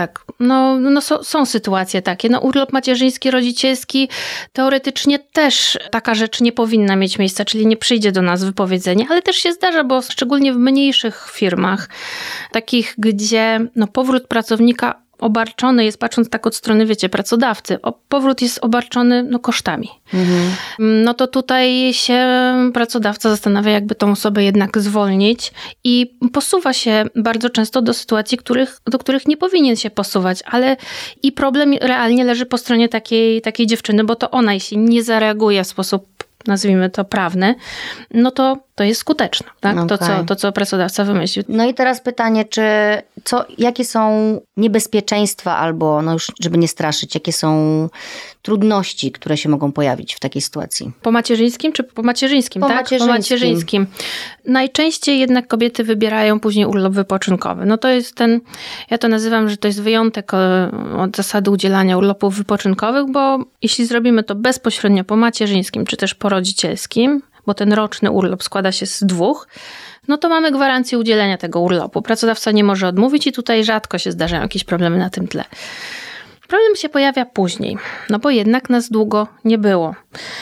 Są sytuacje takie. Urlop macierzyński, rodzicielski, teoretycznie też taka rzecz nie powinna mieć miejsca, czyli nie przyjdzie do nas wypowiedzenie, ale też się zdarza, bo szczególnie w mniejszych firmach, takich, gdzie powrót pracownika obarczony jest, patrząc tak od strony, wiecie, pracodawcy, powrót jest obarczony kosztami. No to tutaj się pracodawca zastanawia, jakby tą osobę jednak zwolnić i posuwa się bardzo często do sytuacji, do których nie powinien się posuwać, ale i problem realnie leży po stronie takiej dziewczyny, bo to ona, jeśli nie zareaguje w sposób, nazwijmy to, prawny, no to jest skuteczne, tak? Okay. To, co pracodawca wymyślił.
No i teraz pytanie, jakie są niebezpieczeństwa albo, już żeby nie straszyć, jakie są trudności, które się mogą pojawić w takiej sytuacji?
Po macierzyńskim czy po macierzyńskim, tak? Po macierzyńskim. Najczęściej jednak kobiety wybierają później urlop wypoczynkowy. No to jest ja to nazywam, że to jest wyjątek od zasady udzielania urlopów wypoczynkowych, bo jeśli zrobimy to bezpośrednio po macierzyńskim, czy też po rodzicielskim, bo ten roczny urlop składa się z 2, no to mamy gwarancję udzielenia tego urlopu. Pracodawca nie może odmówić i tutaj rzadko się zdarzają jakieś problemy na tym tle. Problem się pojawia później, bo jednak nas długo nie było.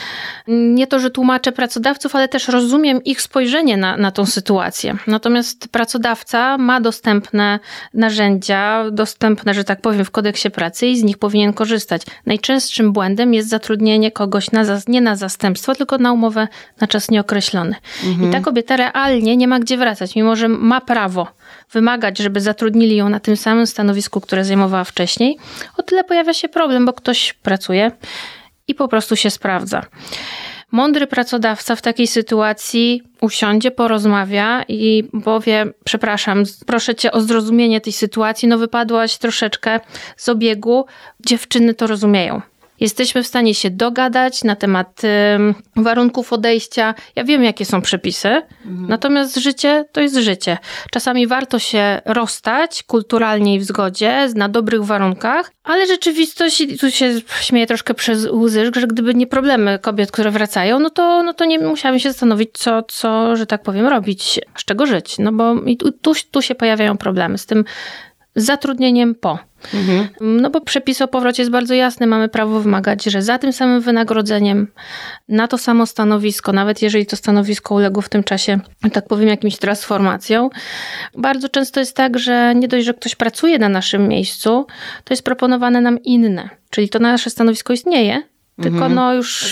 nie to, że tłumaczę pracodawców, ale też rozumiem ich spojrzenie na tą sytuację. Natomiast pracodawca ma dostępne narzędzia, dostępne, że tak powiem, w kodeksie pracy i z nich powinien korzystać. Najczęstszym błędem jest zatrudnienie kogoś nie na zastępstwo, tylko na umowę na czas nieokreślony. I ta kobieta realnie nie ma gdzie wracać, mimo że ma prawo wymagać, żeby zatrudnili ją na tym samym stanowisku, które zajmowała wcześniej. O tyle pojawia się problem, bo ktoś pracuje i po prostu się sprawdza. Mądry pracodawca w takiej sytuacji usiądzie, porozmawia i powie, przepraszam, proszę cię o zrozumienie tej sytuacji, no wypadłaś troszeczkę z obiegu, dziewczyny to rozumieją. Jesteśmy w stanie się dogadać na temat warunków odejścia. Ja wiem, jakie są przepisy, natomiast życie to jest życie. Czasami warto się rozstać kulturalnie i w zgodzie, na dobrych warunkach, ale rzeczywistość, i tu się śmieję troszkę przez łzy, że gdyby nie problemy kobiet, które wracają, no to nie musiałabym się zastanowić, co, że tak powiem, robić, z czego żyć. No bo tu się pojawiają problemy z tym zatrudnieniem po. No bo przepis o powrocie jest bardzo jasny. Mamy prawo wymagać, że za tym samym wynagrodzeniem na to samo stanowisko, nawet jeżeli to stanowisko uległo w tym czasie, tak powiem, jakimś transformacjom. Bardzo często jest tak, że nie dość, że ktoś pracuje na naszym miejscu, to jest proponowane nam inne. Czyli to nasze stanowisko istnieje, tylko no już...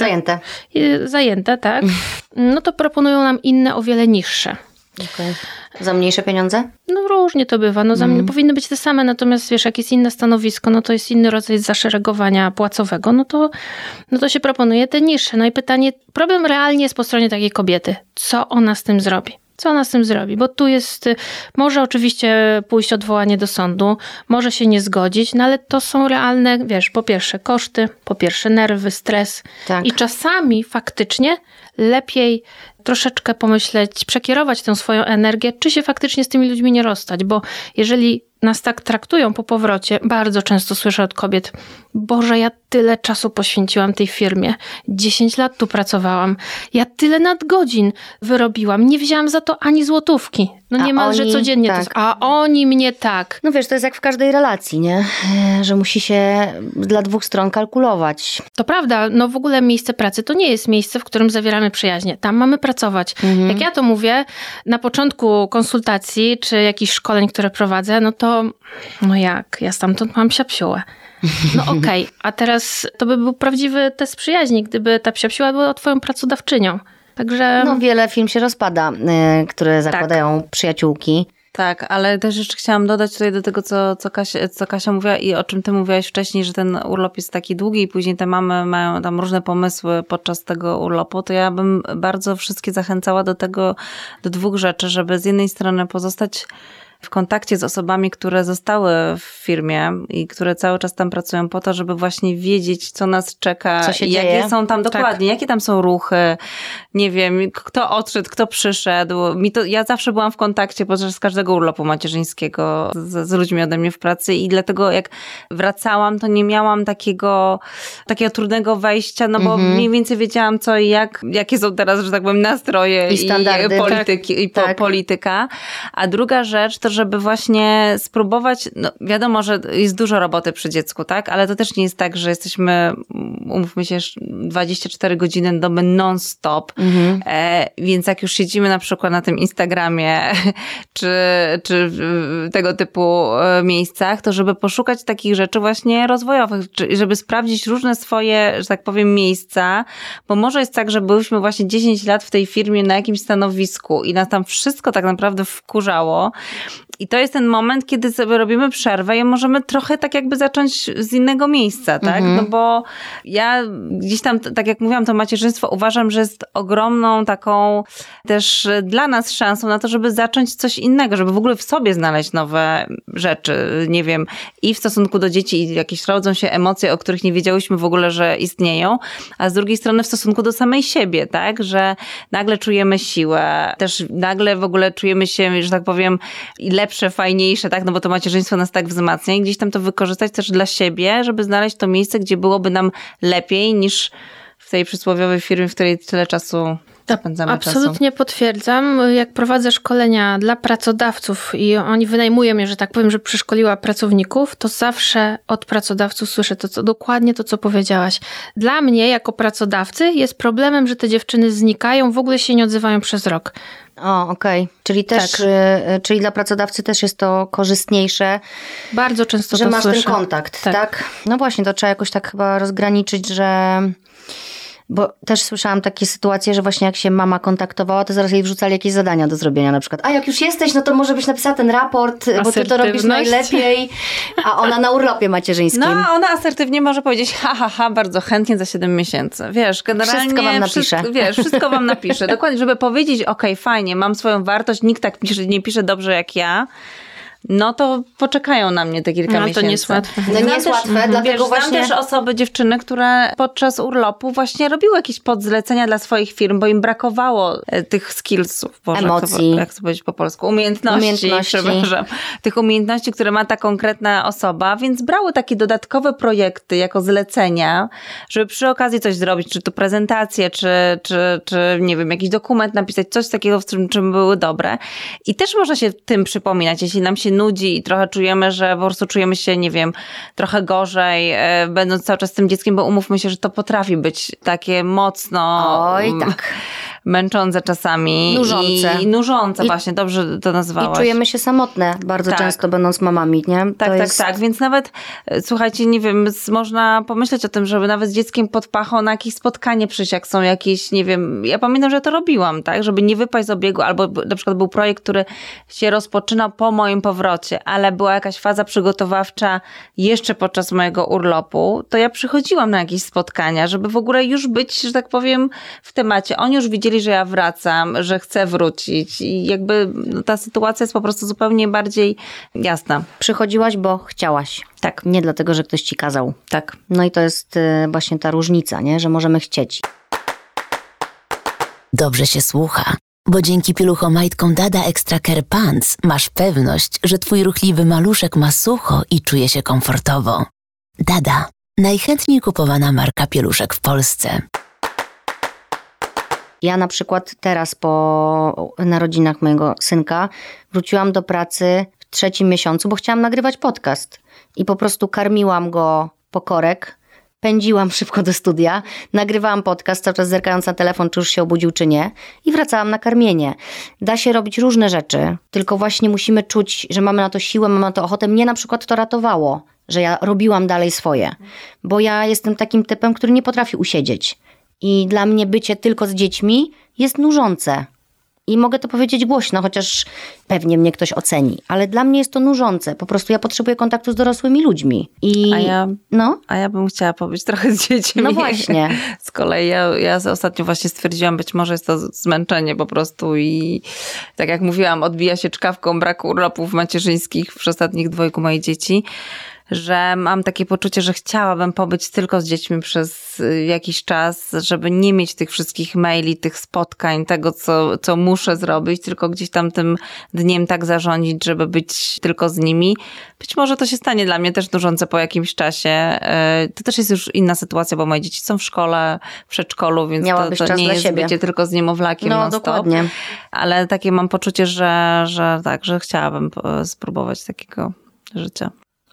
Zajęte, tak. No to proponują nam inne, o wiele niższe.
Okay. Za mniejsze pieniądze?
No różnie to bywa. Powinny być te same, natomiast wiesz, jak jest inne stanowisko, no to jest inny rodzaj zaszeregowania płacowego, no to się proponuje te niższe. No i pytanie, problem realnie jest po stronie takiej kobiety. Co ona z tym zrobi? Co ona z tym zrobi? Bo tu jest, może oczywiście pójść odwołanie do sądu, może się nie zgodzić, no ale to są realne, wiesz, po pierwsze koszty, po pierwsze nerwy, stres. Tak. I czasami faktycznie lepiej troszeczkę pomyśleć, przekierować tę swoją energię, czy się faktycznie z tymi ludźmi nie rozstać, bo jeżeli nas tak traktują po powrocie, bardzo często słyszę od kobiet, Boże, ja tyle czasu poświęciłam tej firmie, 10 lat tu pracowałam, ja tyle nadgodzin wyrobiłam, nie wzięłam za to ani złotówki. No niemalże codziennie. Tak. A oni mnie tak.
No wiesz, to jest jak w każdej relacji, nie? Że musi się dla dwóch stron kalkulować.
To prawda, no w ogóle miejsce pracy to nie jest miejsce, w którym zawieramy przyjaźnie. Tam mamy pracować. Jak ja to mówię, na początku konsultacji, czy jakichś szkoleń, które prowadzę, ja stamtąd mam psiapsiułę. No okej, a teraz to by był prawdziwy test przyjaźni, gdyby ta psiapsiuła była twoją pracodawczynią. Także...
No wiele firm się rozpada, które zakładają przyjaciółki.
Tak, ale też jeszcze chciałam dodać tutaj do tego, co Kasia mówiła i o czym ty mówiłaś wcześniej, że ten urlop jest taki długi i później te mamy mają tam różne pomysły podczas tego urlopu, to ja bym bardzo wszystkie zachęcała do dwóch rzeczy, żeby z jednej strony pozostać w kontakcie z osobami, które zostały w firmie i które cały czas tam pracują po to, żeby właśnie wiedzieć, co nas czeka,
co się
jakie
dzieje.
są tam dokładnie, jakie tam są ruchy, nie wiem, kto odszedł, kto przyszedł. Ja zawsze byłam w kontakcie podczas każdego urlopu macierzyńskiego z ludźmi ode mnie w pracy i dlatego jak wracałam, to nie miałam takiego trudnego wejścia, no bo mniej więcej wiedziałam co i jakie są teraz, że tak powiem, nastroje
i standardy,
polityki, polityka. A druga rzecz, to żeby właśnie spróbować, no wiadomo, że jest dużo roboty przy dziecku, tak? Ale to też nie jest tak, że jesteśmy, umówmy się, 24 godziny na dobę non-stop. Więc jak już siedzimy na przykład na tym Instagramie czy tego typu miejscach, to żeby poszukać takich rzeczy właśnie rozwojowych, żeby sprawdzić różne swoje, że tak powiem, miejsca, bo może jest tak, że byliśmy właśnie 10 lat w tej firmie na jakimś stanowisku i nas tam wszystko tak naprawdę wkurzało. I to jest ten moment, kiedy sobie robimy przerwę i możemy trochę tak jakby zacząć z innego miejsca, tak? No bo ja gdzieś tam, tak jak mówiłam, to macierzyństwo uważam, że jest ogromną taką też dla nas szansą na to, żeby zacząć coś innego, żeby w ogóle w sobie znaleźć nowe rzeczy, nie wiem, i w stosunku do dzieci i jakieś rodzą się emocje, o których nie wiedziałyśmy w ogóle, że istnieją, a z drugiej strony w stosunku do samej siebie, tak? Że nagle czujemy siłę, też nagle w ogóle czujemy się, że tak powiem, lepsze, fajniejsze, tak? No bo to macierzyństwo nas tak wzmacnia i gdzieś tam to wykorzystać też dla siebie, żeby znaleźć to miejsce, gdzie byłoby nam lepiej niż w tej przysłowiowej firmie, w której tyle czasu spędzamy czasu.
Absolutnie potwierdzam. Jak prowadzę szkolenia dla pracodawców i oni wynajmują mnie, że tak powiem, że przeszkoliła pracowników, to zawsze od pracodawców słyszę dokładnie to, co powiedziałaś. Dla mnie, jako pracodawcy, jest problemem, że te dziewczyny znikają, w ogóle się nie odzywają przez rok.
O, okej. Czyli też, czyli dla pracodawcy też jest to korzystniejsze.
Bardzo często
że
to
masz
słyszę.
ten kontakt, tak? No właśnie, to trzeba jakoś tak chyba rozgraniczyć, że... Bo też słyszałam takie sytuacje, że właśnie jak się mama kontaktowała, to zaraz jej wrzucali jakieś zadania do zrobienia na przykład. A jak już jesteś, no to może byś napisała ten raport, bo ty to robisz najlepiej, a ona na urlopie macierzyńskim.
No, a ona asertywnie może powiedzieć bardzo chętnie za 7 miesięcy. Wiesz, generalnie...
Wszystko wam napiszę.
Wszystko wam napiszę. Dokładnie, żeby powiedzieć, fajnie, mam swoją wartość, nikt tak nie pisze dobrze jak ja. No to poczekają na mnie te kilka miesięcy.
To nie jest łatwe.
No nie jest łatwe, dlatego właśnie...
Znam też osoby, dziewczyny, które podczas urlopu właśnie robiły jakieś podzlecenia dla swoich firm, bo im brakowało tych skillsów.
Emocji.
Jak to powiedzieć po polsku? Umiejętności. Przepraszam. Tych umiejętności, które ma ta konkretna osoba, więc brały takie dodatkowe projekty jako zlecenia, żeby przy okazji coś zrobić, czy to prezentację, czy nie wiem, jakiś dokument napisać, coś takiego, w czym były dobre. I też można się tym przypominać, jeśli nam się nudzi i trochę czujemy, że po prostu czujemy się, nie wiem, trochę gorzej, będąc cały czas z tym dzieckiem, bo umówmy się, że to potrafi być takie mocno męczące czasami. Nużące, właśnie, dobrze to nazwałaś.
I czujemy się samotne bardzo często, będąc mamami, nie?
Tak, więc nawet, słuchajcie, nie wiem, można pomyśleć o tym, żeby nawet z dzieckiem pod pachą na jakieś spotkanie przyjść, jak są jakieś, nie wiem, ja pamiętam, że to robiłam, tak, żeby nie wypaść z obiegu, albo na przykład był projekt, który się rozpoczynał po moim powrocie, ale była jakaś faza przygotowawcza jeszcze podczas mojego urlopu, to ja przychodziłam na jakieś spotkania, żeby w ogóle już być, że tak powiem, w temacie. Oni już widzieli, że ja wracam, że chcę wrócić i jakby ta sytuacja jest po prostu zupełnie bardziej jasna.
Przychodziłaś, bo chciałaś.
Tak.
Nie dlatego, że ktoś ci kazał.
Tak.
No i to jest właśnie ta różnica, nie? Że możemy chcieć.
Dobrze się słucha, bo dzięki pieluchomajtkom Dada Extra Care Pants masz pewność, że twój ruchliwy maluszek ma sucho i czuje się komfortowo. Dada. Najchętniej kupowana marka pieluszek w Polsce.
Ja na przykład teraz po narodzinach mojego synka wróciłam do pracy w 3. miesiącu, bo chciałam nagrywać podcast. I po prostu karmiłam go po korek, pędziłam szybko do studia, nagrywałam podcast, cały czas zerkając na telefon, czy już się obudził, czy nie. I wracałam na karmienie. Da się robić różne rzeczy, tylko właśnie musimy czuć, że mamy na to siłę, mamy na to ochotę. Mnie na przykład to ratowało, że ja robiłam dalej swoje. Bo ja jestem takim typem, który nie potrafi usiedzieć. I dla mnie bycie tylko z dziećmi jest nużące. I mogę to powiedzieć głośno, chociaż pewnie mnie ktoś oceni. Ale dla mnie jest to nużące. Po prostu ja potrzebuję kontaktu z dorosłymi ludźmi.
A ja bym chciała pobyć trochę z dziećmi.
No właśnie.
Z kolei ja ostatnio właśnie stwierdziłam, być może jest to zmęczenie po prostu i tak jak mówiłam, odbija się czkawką braku urlopów macierzyńskich w ostatnich 2 moich dzieci, że mam takie poczucie, że chciałabym pobyć tylko z dziećmi przez jakiś czas, żeby nie mieć tych wszystkich maili, tych spotkań, tego, co muszę zrobić, tylko gdzieś tam tym dniem tak zarządzić, żeby być tylko z nimi. Być może to się stanie dla mnie też nużące po jakimś czasie. To też jest już inna sytuacja, bo moje dzieci są w szkole, w przedszkolu, więc to nie jest bycie tylko z niemowlakiem non-stop. Dokładnie. Ale takie mam poczucie, że chciałabym spróbować takiego życia.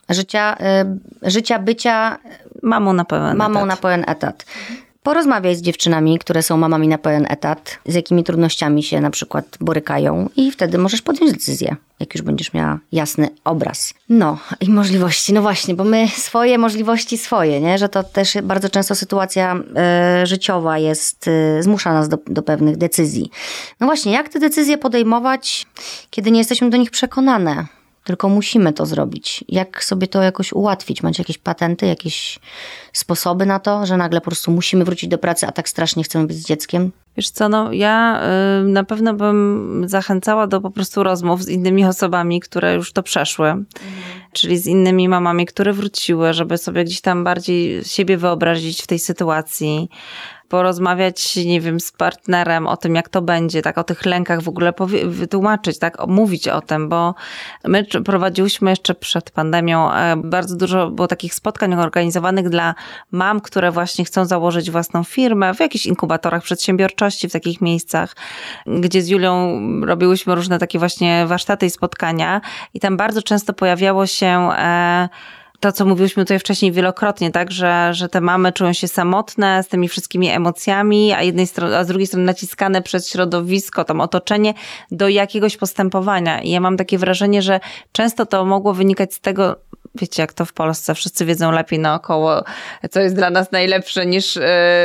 Życia bycia
mamą na pełen
etat. Porozmawiaj z dziewczynami, które są mamami na pełen etat, z jakimi trudnościami się na przykład borykają i wtedy możesz podjąć decyzję, jak już będziesz miała jasny obraz. No i możliwości, no właśnie, bo my swoje możliwości nie? Że to też bardzo często sytuacja życiowa zmusza nas do pewnych decyzji. No właśnie, jak te decyzje podejmować, kiedy nie jesteśmy do nich przekonane? Tylko musimy to zrobić. Jak sobie to jakoś ułatwić? Macie jakieś patenty, jakieś sposoby na to, że nagle po prostu musimy wrócić do pracy, a tak strasznie chcemy być z dzieckiem?
Wiesz co, ja na pewno bym zachęcała do po prostu rozmów z innymi osobami, które już to przeszły. Czyli z innymi mamami, które wróciły, żeby sobie gdzieś tam bardziej siebie wyobrazić w tej sytuacji. porozmawiać, nie wiem, z partnerem o tym, jak to będzie, tak, o tych lękach w ogóle wytłumaczyć, tak, mówić o tym, bo my prowadziłyśmy jeszcze przed pandemią bardzo dużo było takich spotkań organizowanych dla mam, które właśnie chcą założyć własną firmę w jakichś inkubatorach przedsiębiorczości, w takich miejscach, gdzie z Julią robiłyśmy różne takie właśnie warsztaty i spotkania i tam bardzo często pojawiało się to, co mówiłyśmy tutaj wcześniej wielokrotnie, tak, że te mamy czują się samotne z tymi wszystkimi emocjami, a z drugiej strony naciskane przez środowisko, tam otoczenie do jakiegoś postępowania. I ja mam takie wrażenie, że często to mogło wynikać z tego, wiecie, jak to w Polsce, wszyscy wiedzą lepiej naokoło, co jest dla nas najlepsze niż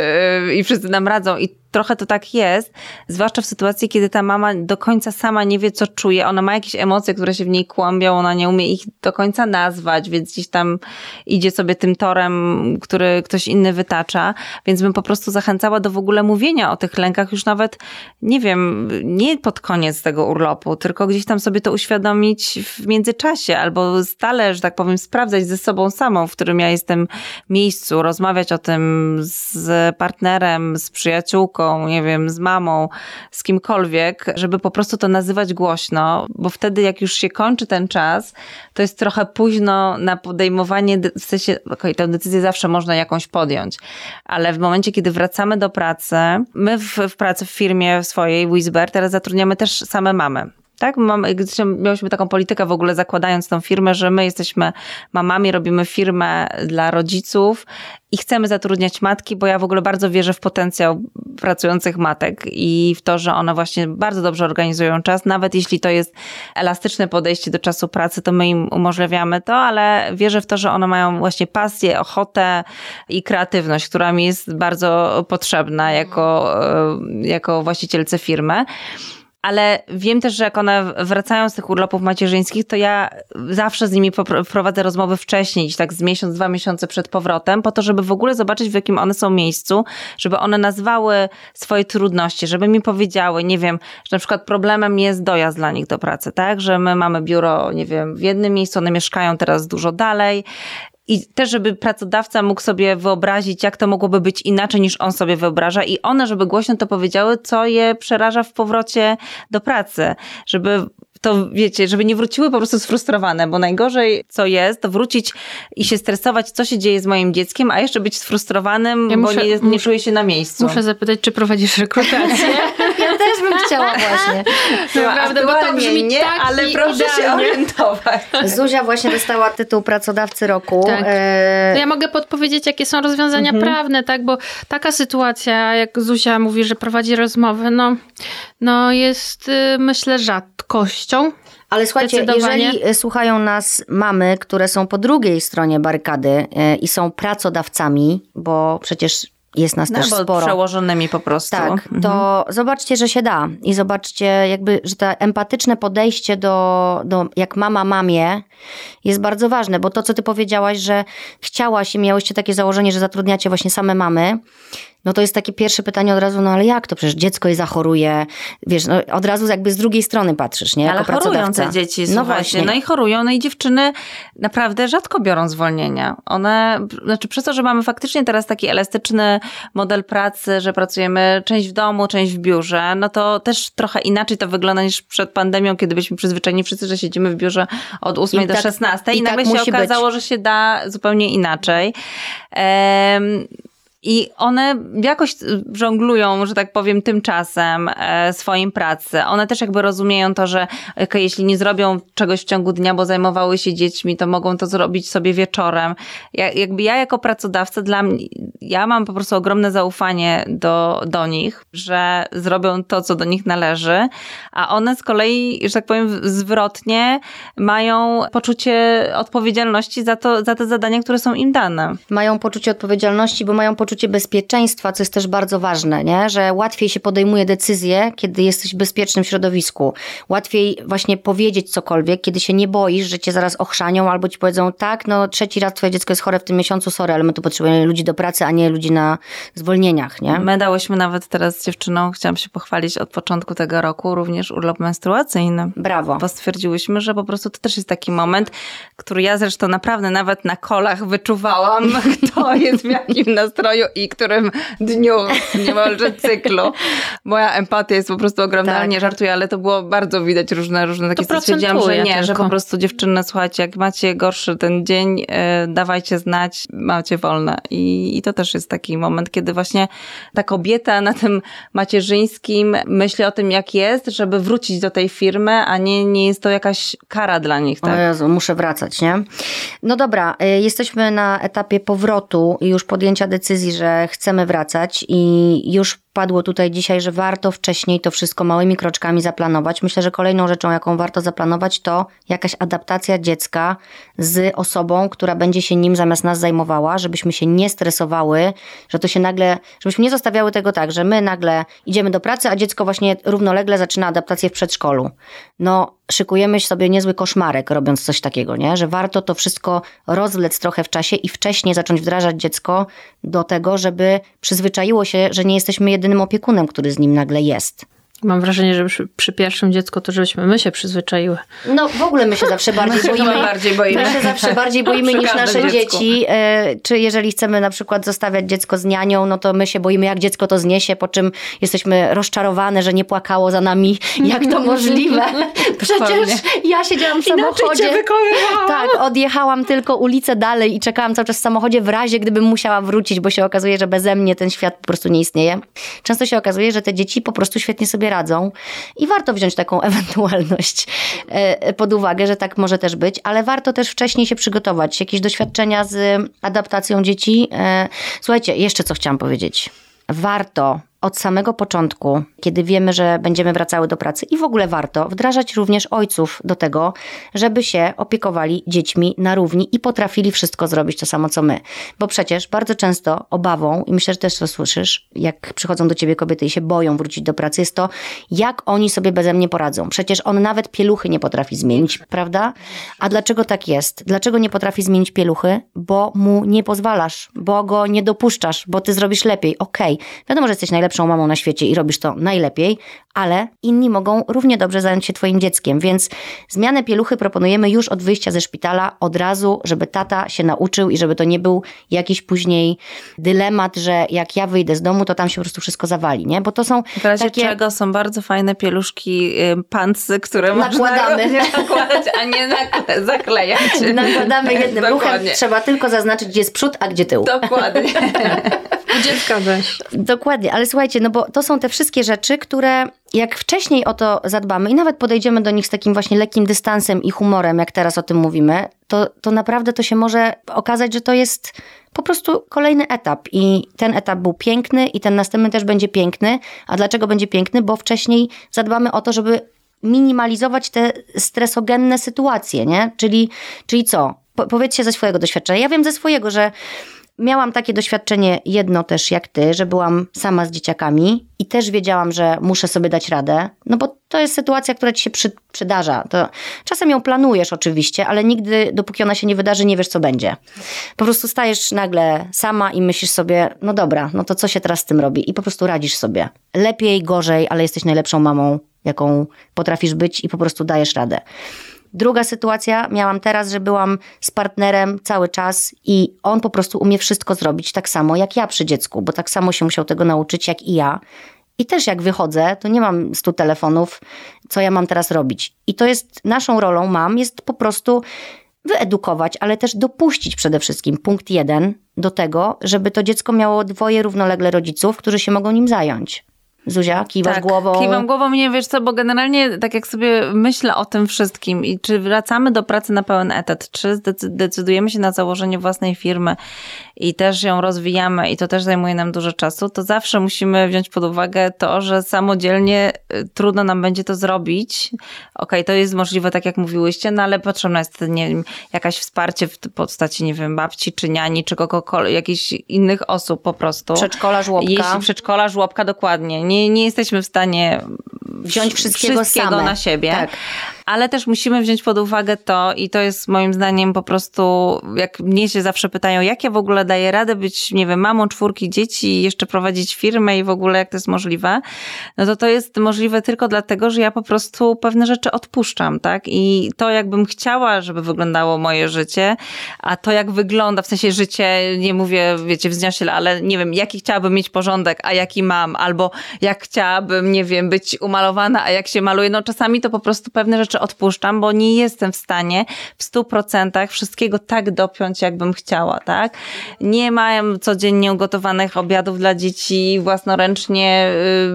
i wszyscy nam radzą. I trochę to tak jest, zwłaszcza w sytuacji, kiedy ta mama do końca sama nie wie, co czuje. Ona ma jakieś emocje, które się w niej kłębią, ona nie umie ich do końca nazwać, więc gdzieś tam idzie sobie tym torem, który ktoś inny wytacza. Więc bym po prostu zachęcała do w ogóle mówienia o tych lękach już nawet, nie wiem, nie pod koniec tego urlopu, tylko gdzieś tam sobie to uświadomić w międzyczasie albo stale, że tak powiem, sprawdzać ze sobą samą, w którym ja jestem miejscu, rozmawiać o tym z partnerem, z przyjaciółką, nie wiem, z mamą, z kimkolwiek, żeby po prostu to nazywać głośno, bo wtedy jak już się kończy ten czas, to jest trochę późno na podejmowanie, w sensie, okej, tę decyzję zawsze można jakąś podjąć, ale w momencie, kiedy wracamy do pracy, my w pracy w firmie swojej, Whisper, teraz zatrudniamy też same mamy. Tak? Miałyśmy taką politykę w ogóle zakładając tą firmę, że my jesteśmy mamami, robimy firmę dla rodziców i chcemy zatrudniać matki, bo ja w ogóle bardzo wierzę w potencjał pracujących matek i w to, że one właśnie bardzo dobrze organizują czas. Nawet jeśli to jest elastyczne podejście do czasu pracy, to my im umożliwiamy to, ale wierzę w to, że one mają właśnie pasję, ochotę i kreatywność, która mi jest bardzo potrzebna jako właścicielce firmy. Ale wiem też, że jak one wracają z tych urlopów macierzyńskich, to ja zawsze z nimi prowadzę rozmowy wcześniej, tak z miesiąc, 2 miesiące przed powrotem, po to, żeby w ogóle zobaczyć, w jakim one są miejscu, żeby one nazwały swoje trudności, żeby mi powiedziały, nie wiem, że na przykład problemem jest dojazd dla nich do pracy, tak? Że my mamy biuro, nie wiem, w jednym miejscu, one mieszkają teraz dużo dalej. I też, żeby pracodawca mógł sobie wyobrazić, jak to mogłoby być inaczej niż on sobie wyobraża i one, żeby głośno to powiedziały, co je przeraża w powrocie do pracy. Żeby to, wiecie, żeby nie wróciły po prostu sfrustrowane, bo najgorzej, co jest, to wrócić i się stresować, co się dzieje z moim dzieckiem, a jeszcze być sfrustrowanym, bo nie czuję się na miejscu.
Muszę zapytać, czy prowadzisz rekrutację?
Ja też bym chciała właśnie.
Naprawdę, bo to brzmi
nie,
tak
ale proszę
idealnie
się orientować.
Zuzia właśnie dostała tytuł pracodawcy roku.
Tak. Ja mogę podpowiedzieć, jakie są rozwiązania prawne, tak? Bo taka sytuacja, jak Zuzia mówi, że prowadzi rozmowy, no jest, myślę, rzadkością.
Ale słuchajcie, jeżeli słuchają nas mamy, które są po drugiej stronie barykady i są pracodawcami, bo przecież jest nas też sporo.
Przełożonymi po prostu.
Tak, to zobaczcie, że się da. I zobaczcie jakby, że to empatyczne podejście do jak mama mamie jest bardzo ważne, bo to, co ty powiedziałaś, że chciałaś i miałyście takie założenie, że zatrudniacie właśnie same mamy, no to jest takie pierwsze pytanie od razu, no ale jak to? Przecież dziecko je zachoruje, wiesz, no od razu jakby z drugiej strony patrzysz, nie? Jako
ale chorują te dzieci, słuchajcie, no i chorują, no i dziewczyny naprawdę rzadko biorą zwolnienia. One, znaczy przez to, że mamy faktycznie teraz taki elastyczny model pracy, że pracujemy część w domu, część w biurze, no to też trochę inaczej to wygląda niż przed pandemią, kiedy byliśmy przyzwyczajeni wszyscy, że siedzimy w biurze od 8 do 16 i nagle się okazało, że się da zupełnie inaczej. I one jakoś żonglują, że tak powiem, tymczasem swoim pracy. One też jakby rozumieją to, że jeśli nie zrobią czegoś w ciągu dnia, bo zajmowały się dziećmi, to mogą to zrobić sobie wieczorem. Ja jako pracodawca, ja mam po prostu ogromne zaufanie do nich, że zrobią to, co do nich należy, a one z kolei, że tak powiem, zwrotnie mają poczucie odpowiedzialności za te zadania, które są im dane.
Mają poczucie odpowiedzialności, bo mają poczucie bezpieczeństwa, co jest też bardzo ważne, nie? Że łatwiej się podejmuje decyzje, kiedy jesteś w bezpiecznym środowisku. Łatwiej właśnie powiedzieć cokolwiek, kiedy się nie boisz, że cię zaraz ochrzanią albo ci powiedzą, tak, no 3. raz twoje dziecko jest chore w tym miesiącu, sorry, ale my tu potrzebujemy ludzi do pracy, a nie ludzi na zwolnieniach, nie?
My dałyśmy nawet teraz z dziewczyną, chciałam się pochwalić, od początku tego roku również urlop menstruacyjny.
Brawo.
Bo stwierdziłyśmy, że po prostu to też jest taki moment, który ja zresztą naprawdę nawet na kolach wyczuwałam, kto jest w jakim nastroju maju i którym dniu niemalże cyklu. Moja empatia jest po prostu ogromna,
Tak.
nie żartuję, ale to było bardzo widać różne takie
To
stwierdziłam, że nie,
procentuje
że
tylko.
po prostu dziewczyny, słuchajcie, jak macie gorszy ten dzień, dawajcie znać, macie wolne. I to też jest taki moment, kiedy właśnie ta kobieta na tym macierzyńskim myśli o tym, jak jest, żeby wrócić do tej firmy, a nie jest to jakaś kara dla nich. Tak?
O Jezu, muszę wracać, nie? No dobra, jesteśmy na etapie powrotu i już podjęcia decyzji, że chcemy wracać i już padło tutaj dzisiaj, że warto wcześniej to wszystko małymi kroczkami zaplanować. Myślę, że kolejną rzeczą, jaką warto zaplanować, to jakaś adaptacja dziecka z osobą, która będzie się nim zamiast nas zajmowała, żebyśmy się nie stresowały, że to się nagle, żebyśmy nie zostawiały tego tak, że my nagle idziemy do pracy, a dziecko właśnie równolegle zaczyna adaptację w przedszkolu. No, szykujemy sobie niezły koszmarek, robiąc coś takiego, nie? Że warto to wszystko rozwlec trochę w czasie i wcześniej zacząć wdrażać dziecko do tego, żeby przyzwyczaiło się, że nie jesteśmy jedynym opiekunem, który z nim nagle jest.
Mam wrażenie, że przy pierwszym dziecku to żebyśmy my się przyzwyczaiły.
No w ogóle my się zawsze bardziej boimy. My się zawsze bardziej boimy
Przy
niż
każdym
nasze
dziecku.
dzieci. Czy jeżeli chcemy na przykład zostawiać dziecko z nianią, no to my się boimy, jak dziecko to zniesie, po czym jesteśmy rozczarowane, że nie płakało za nami. Jak to możliwe? Przecież ja siedziałam w samochodzie. Tak, odjechałam tylko ulicę dalej i czekałam cały czas w samochodzie w razie, gdybym musiała wrócić, bo się okazuje, że beze mnie ten świat po prostu nie istnieje. Często się okazuje, że te dzieci po prostu świetnie sobie radzą i warto wziąć taką ewentualność pod uwagę, że tak może też być, ale warto też wcześniej się przygotować. Jakieś doświadczenia z adaptacją dzieci. Słuchajcie, jeszcze co chciałam powiedzieć. Warto od samego początku, kiedy wiemy, że będziemy wracały do pracy i w ogóle warto wdrażać również ojców do tego, żeby się opiekowali dziećmi na równi i potrafili wszystko zrobić to samo, co my. Bo przecież bardzo często obawą, i myślę, że też to słyszysz, jak przychodzą do ciebie kobiety i się boją wrócić do pracy, jest to, jak oni sobie beze mnie poradzą. Przecież on nawet pieluchy nie potrafi zmienić, prawda? A dlaczego tak jest? Dlaczego nie potrafi zmienić pieluchy? Bo mu nie pozwalasz, bo go nie dopuszczasz, bo ty zrobisz lepiej. Okej. Wiadomo, że jesteś najlepszą mamą na świecie i robisz to najlepiej, ale inni mogą równie dobrze zająć się twoim dzieckiem, więc zmianę pieluchy proponujemy już od wyjścia ze szpitala, od razu, żeby tata się nauczył i żeby to nie był jakiś później dylemat, że jak ja wyjdę z domu, to tam się po prostu wszystko zawali, nie? Bo to są
w razie
takie...
czego są bardzo fajne pieluszki, pancy, które
nakładamy.
Można nakładać, a nie zaklejać.
Nakładamy jednym ruchem,
Dokładnie.
trzeba tylko zaznaczyć, gdzie jest przód, a gdzie tył.
Dokładnie.
U dziecka weź.
Dokładnie, ale słuchajcie, no bo to są te wszystkie rzeczy, które jak wcześniej o to zadbamy i nawet podejdziemy do nich z takim właśnie lekkim dystansem i humorem, jak teraz o tym mówimy, to naprawdę to się może okazać, że to jest po prostu kolejny etap i ten etap był piękny i ten następny też będzie piękny. A dlaczego będzie piękny? Bo wcześniej zadbamy o to, żeby minimalizować te stresogenne sytuacje, nie? Czyli co? Powiedzcie ze swojego doświadczenia. Ja wiem ze swojego, że miałam takie doświadczenie jedno też jak ty, że byłam sama z dzieciakami i też wiedziałam, że muszę sobie dać radę, no bo to jest sytuacja, która ci się przydarza. To czasem ją planujesz oczywiście, ale nigdy, dopóki ona się nie wydarzy, nie wiesz, co będzie. Po prostu stajesz nagle sama i myślisz sobie, no dobra, no to co się teraz z tym robi? I po prostu radzisz sobie. Lepiej, gorzej, ale jesteś najlepszą mamą, jaką potrafisz być i po prostu dajesz radę. Druga sytuacja miałam teraz, że byłam z partnerem cały czas i on po prostu umie wszystko zrobić tak samo jak ja przy dziecku, bo tak samo się musiał tego nauczyć jak i ja. I też jak wychodzę, to nie mam 100 telefonów, co ja mam teraz robić. I to jest naszą rolą, jest po prostu wyedukować, ale też dopuścić przede wszystkim, punkt 1, do tego, żeby to dziecko miało dwoje równolegle rodziców, którzy się mogą nim zająć. Zuzia, kiwasz głową?
Kiwam głową, nie wiesz co, bo generalnie tak jak sobie myślę o tym wszystkim i czy wracamy do pracy na pełen etat, czy decydujemy się na założenie własnej firmy i też ją rozwijamy i to też zajmuje nam dużo czasu, to zawsze musimy wziąć pod uwagę to, że samodzielnie trudno nam będzie to zrobić. Okej, to jest możliwe, tak jak mówiłyście, no ale potrzebne jest, nie wiem, jakaś wsparcie w postaci, nie wiem, babci, czy niani, czy kogokolwiek, jakichś innych osób po prostu.
Przedszkola, żłobka.
Przedszkola, żłobka, dokładnie. Nie jesteśmy w stanie
wziąć wszystkiego
na siebie.
Tak.
ale też musimy wziąć pod uwagę to i to jest moim zdaniem po prostu, jak mnie się zawsze pytają, jak ja w ogóle daję radę być, nie wiem, mamą 4 dzieci i jeszcze prowadzić firmę i w ogóle jak to jest możliwe, no to jest możliwe tylko dlatego, że ja po prostu pewne rzeczy odpuszczam, tak? I to jakbym chciała, żeby wyglądało moje życie, a to jak wygląda, w sensie życie, nie mówię, wiecie, wzniośle, ale nie wiem, jaki chciałabym mieć porządek, a jaki mam, albo jak chciałabym, nie wiem, być umalowana, a jak się maluje, no czasami to po prostu pewne rzeczy odpuszczam, bo nie jestem w stanie w 100% wszystkiego tak dopiąć, jakbym chciała, tak? Nie mam codziennie ugotowanych obiadów dla dzieci własnoręcznie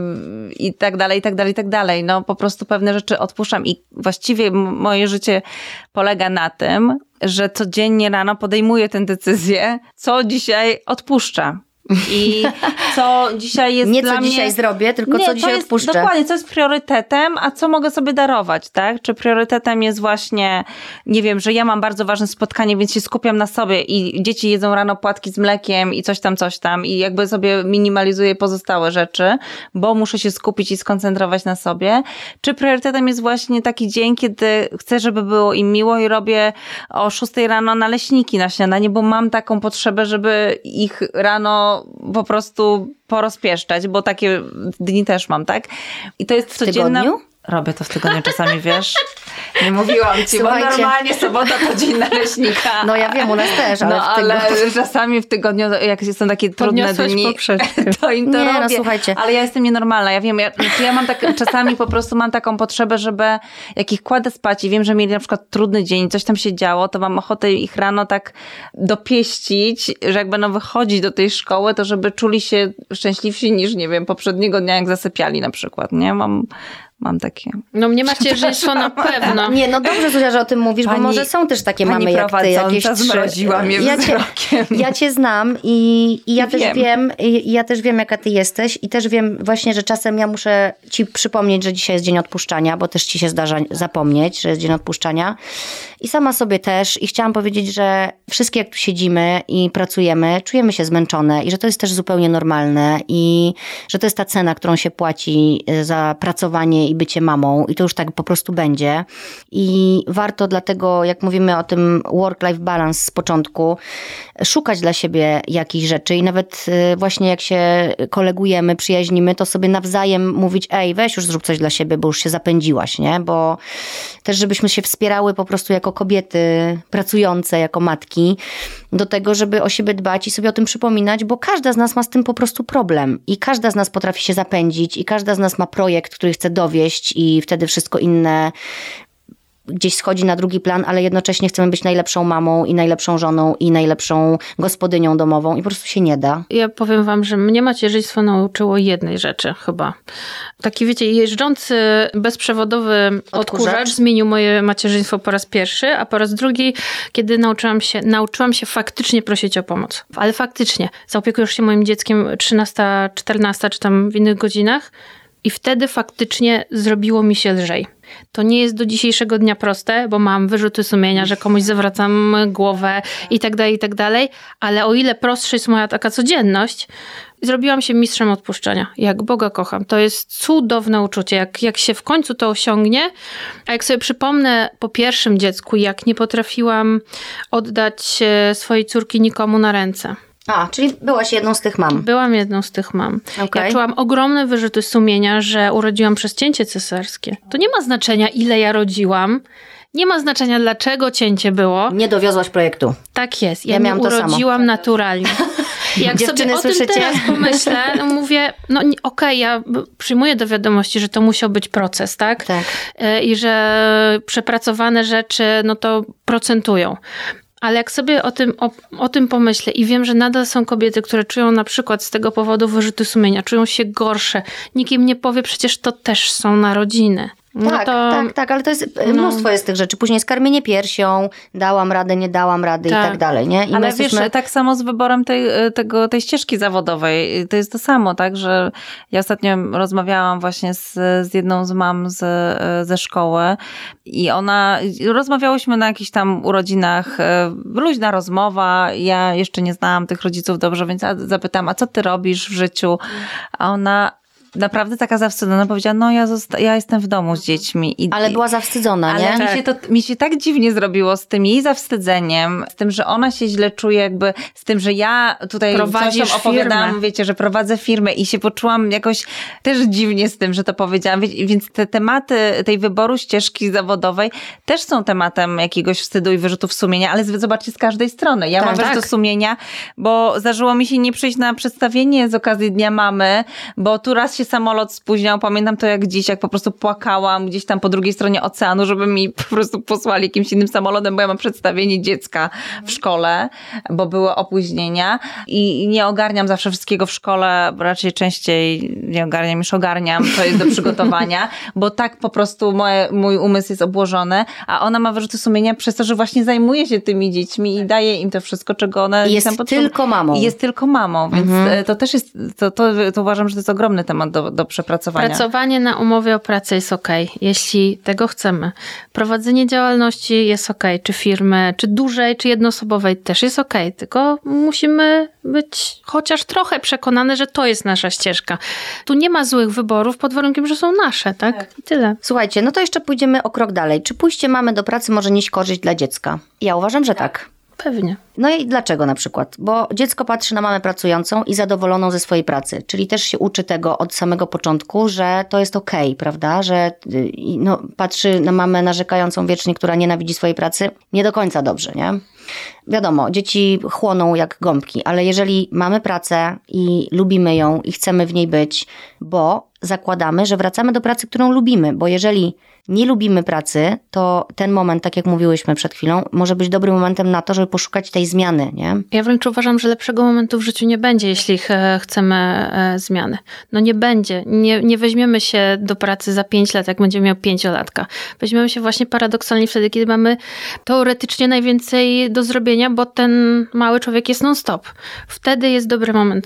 i tak dalej, i tak dalej, i tak dalej. No po prostu pewne rzeczy odpuszczam i właściwie moje życie polega na tym, że codziennie rano podejmuję tę decyzję, co dzisiaj odpuszczę. I co dzisiaj jest
nie
dla
co
mnie...
dzisiaj zrobię, tylko co dzisiaj odpuszczę.
Dokładnie, co jest priorytetem, a co mogę sobie darować, tak? Czy priorytetem jest właśnie, nie wiem, że ja mam bardzo ważne spotkanie, więc się skupiam na sobie i dzieci jedzą rano płatki z mlekiem i coś tam i jakby sobie minimalizuję pozostałe rzeczy, bo muszę się skupić i skoncentrować na sobie. Czy priorytetem jest właśnie taki dzień, kiedy chcę, żeby było im miło i robię o 6 rano naleśniki na śniadanie, bo mam taką potrzebę, żeby ich rano po prostu porozpieszczać, bo takie dni też mam, tak? I to jest codzienna...
tygodniu?
Robię to w tygodniu czasami, wiesz? Nie mówiłam ci,
Słuchajcie.
Bo normalnie sobota to dzień naleśnika.
No ja wiem, u nas też, ale
ale czasami w tygodniu, jak są takie trudne dni, to im to robię.
No słuchajcie.
Ale ja jestem nienormalna. Ja wiem, ja mam tak, czasami po prostu mam taką potrzebę, żeby jak ich kładę spać i wiem, że mieli na przykład trudny dzień, coś tam się działo, to mam ochotę ich rano tak dopieścić, że jak będą wychodzić do tej szkoły, to żeby czuli się szczęśliwsi niż, nie wiem, poprzedniego dnia, jak zasypiali na przykład, nie? Mam takie...
No mnie macierzyństwo na pewno.
Nie, no dobrze, Zuzia, że o tym mówisz, bo może są też takie mamy jak ty. Jakieś
zmroziła mnie wzrokiem.
Ja cię znam i ja też wiem, jaka ty jesteś i też wiem właśnie, że czasem ja muszę ci przypomnieć, że dzisiaj jest dzień odpuszczania, bo też ci się zdarza zapomnieć, że jest dzień odpuszczania. I sama sobie też. I chciałam powiedzieć, że wszystkie jak tu siedzimy i pracujemy, czujemy się zmęczone i że to jest też zupełnie normalne i że to jest ta cena, którą się płaci za pracowanie i bycie mamą i to już tak po prostu będzie. I warto dlatego, jak mówimy o tym work-life balance z początku, szukać dla siebie jakichś rzeczy i nawet właśnie jak się kolegujemy, przyjaźnimy, to sobie nawzajem mówić, ej, weź już zrób coś dla siebie, bo już się zapędziłaś, nie? Bo też żebyśmy się wspierały po prostu jako kobiety pracujące, jako matki, do tego, żeby o siebie dbać i sobie o tym przypominać, bo każda z nas ma z tym po prostu problem i każda z nas potrafi się zapędzić i każda z nas ma projekt, który chce dowieść i wtedy wszystko inne gdzieś schodzi na drugi plan, ale jednocześnie chcemy być najlepszą mamą i najlepszą żoną i najlepszą gospodynią domową i po prostu się nie da.
Ja powiem wam, że mnie macierzyństwo nauczyło jednej rzeczy chyba. Taki wiecie, jeżdżący bezprzewodowy odkurzacz zmienił moje macierzyństwo po raz pierwszy, a po raz drugi, kiedy nauczyłam się faktycznie prosić o pomoc. Ale faktycznie. Zaopiekujesz się moim dzieckiem 13, 14 czy tam w innych godzinach i wtedy faktycznie zrobiło mi się lżej. To nie jest do dzisiejszego dnia proste, bo mam wyrzuty sumienia, że komuś zawracam głowę i tak dalej, ale o ile prostsza jest moja taka codzienność, zrobiłam się mistrzem odpuszczenia. Jak Boga kocham. To jest cudowne uczucie. Jak się w końcu to osiągnie, a jak sobie przypomnę po pierwszym dziecku, jak nie potrafiłam oddać swojej córki nikomu na ręce.
A, czyli byłaś jedną z tych mam.
Byłam jedną z tych mam.
Okay.
Ja czułam ogromne wyrzuty sumienia, że urodziłam przez cięcie cesarskie. To nie ma znaczenia, ile ja rodziłam. Nie ma znaczenia, dlaczego cięcie było.
Nie dowiozłaś projektu.
Tak jest. Ja nie urodziłam naturalnie. Jak sobie o tym teraz pomyślę, no mówię, no okej, ja przyjmuję do wiadomości, że to musiał być proces, tak?
Tak.
I że przepracowane rzeczy, no to procentują. Ale jak sobie o tym pomyślę i wiem, że nadal są kobiety, które czują na przykład z tego powodu wyrzuty sumienia, czują się gorsze. Nikt im nie powie, przecież to też są narodziny. No
tak, ale to jest mnóstwo jest tych rzeczy. Później jest karmienie piersią, dałam radę, nie dałam rady i tak dalej, nie? I
ale wiesz, tak samo z wyborem tej ścieżki zawodowej. To jest to samo, tak, że ja ostatnio rozmawiałam właśnie z jedną z mam ze szkoły i rozmawiałyśmy na jakichś tam urodzinach, luźna rozmowa, ja jeszcze nie znałam tych rodziców dobrze, więc zapytałam, a co ty robisz w życiu? A ona... naprawdę taka zawstydzona powiedziała, no ja jestem w domu z dziećmi.
Ale była zawstydzona, nie?
Ale mi się tak dziwnie zrobiło z tym jej zawstydzeniem, z tym, że ona się źle czuje jakby, z tym, że ja tutaj coś tam opowiadałam, firmę. Wiecie, że prowadzę firmę i się poczułam jakoś też dziwnie z tym, że to powiedziałam. Więc te tematy tej wyboru ścieżki zawodowej też są tematem jakiegoś wstydu i wyrzutów sumienia, ale zobaczcie z każdej strony. Ja mam wyrzuty sumienia, bo zdarzyło mi się nie przyjść na przedstawienie z okazji Dnia Mamy, bo tu raz się samolot spóźniał, pamiętam to jak dziś, jak po prostu płakałam gdzieś tam po drugiej stronie oceanu, żeby mi po prostu posłali jakimś innym samolotem, bo ja mam przedstawienie dziecka w szkole, bo były opóźnienia i nie ogarniam zawsze wszystkiego w szkole, raczej częściej nie ogarniam niż ogarniam, to jest do przygotowania, bo tak po prostu mój umysł jest obłożony, a ona ma wyrzuty sumienia przez to, że właśnie zajmuje się tymi dziećmi i daje im to wszystko, czego ona
jest tylko mamą.
Jest tylko mamą, więc to też jest, to uważam, że to jest ogromny temat do przepracowania.
Pracowanie na umowie o pracę jest okej, jeśli tego chcemy. Prowadzenie działalności jest okej, czy firmy, czy dużej, czy jednoosobowej też jest okej, tylko musimy być chociaż trochę przekonane, że to jest nasza ścieżka. Tu nie ma złych wyborów pod warunkiem, że są nasze, tak? I tyle.
Słuchajcie, no to jeszcze pójdziemy o krok dalej. Czy pójście mamy do pracy może nieść korzyść dla dziecka? Ja uważam, że tak.
Pewnie.
No i dlaczego na przykład? Bo dziecko patrzy na mamę pracującą i zadowoloną ze swojej pracy, czyli też się uczy tego od samego początku, że to jest okej, prawda? Że patrzy na mamę narzekającą wiecznie, która nienawidzi swojej pracy, nie do końca dobrze, nie? Wiadomo, dzieci chłoną jak gąbki, ale jeżeli mamy pracę i lubimy ją i chcemy w niej być, bo zakładamy, że wracamy do pracy, którą lubimy, bo jeżeli nie lubimy pracy, to ten moment, tak jak mówiłyśmy przed chwilą, może być dobrym momentem na to, żeby poszukać tej zmiany, nie?
Ja wręcz uważam, że lepszego momentu w życiu nie będzie, jeśli chcemy zmiany. No nie będzie. Nie weźmiemy się do pracy za 5 lat, jak będziemy miał 5-latka. Weźmiemy się właśnie paradoksalnie wtedy, kiedy mamy teoretycznie najwięcej do zrobienia, bo ten mały człowiek jest non-stop. Wtedy jest dobry moment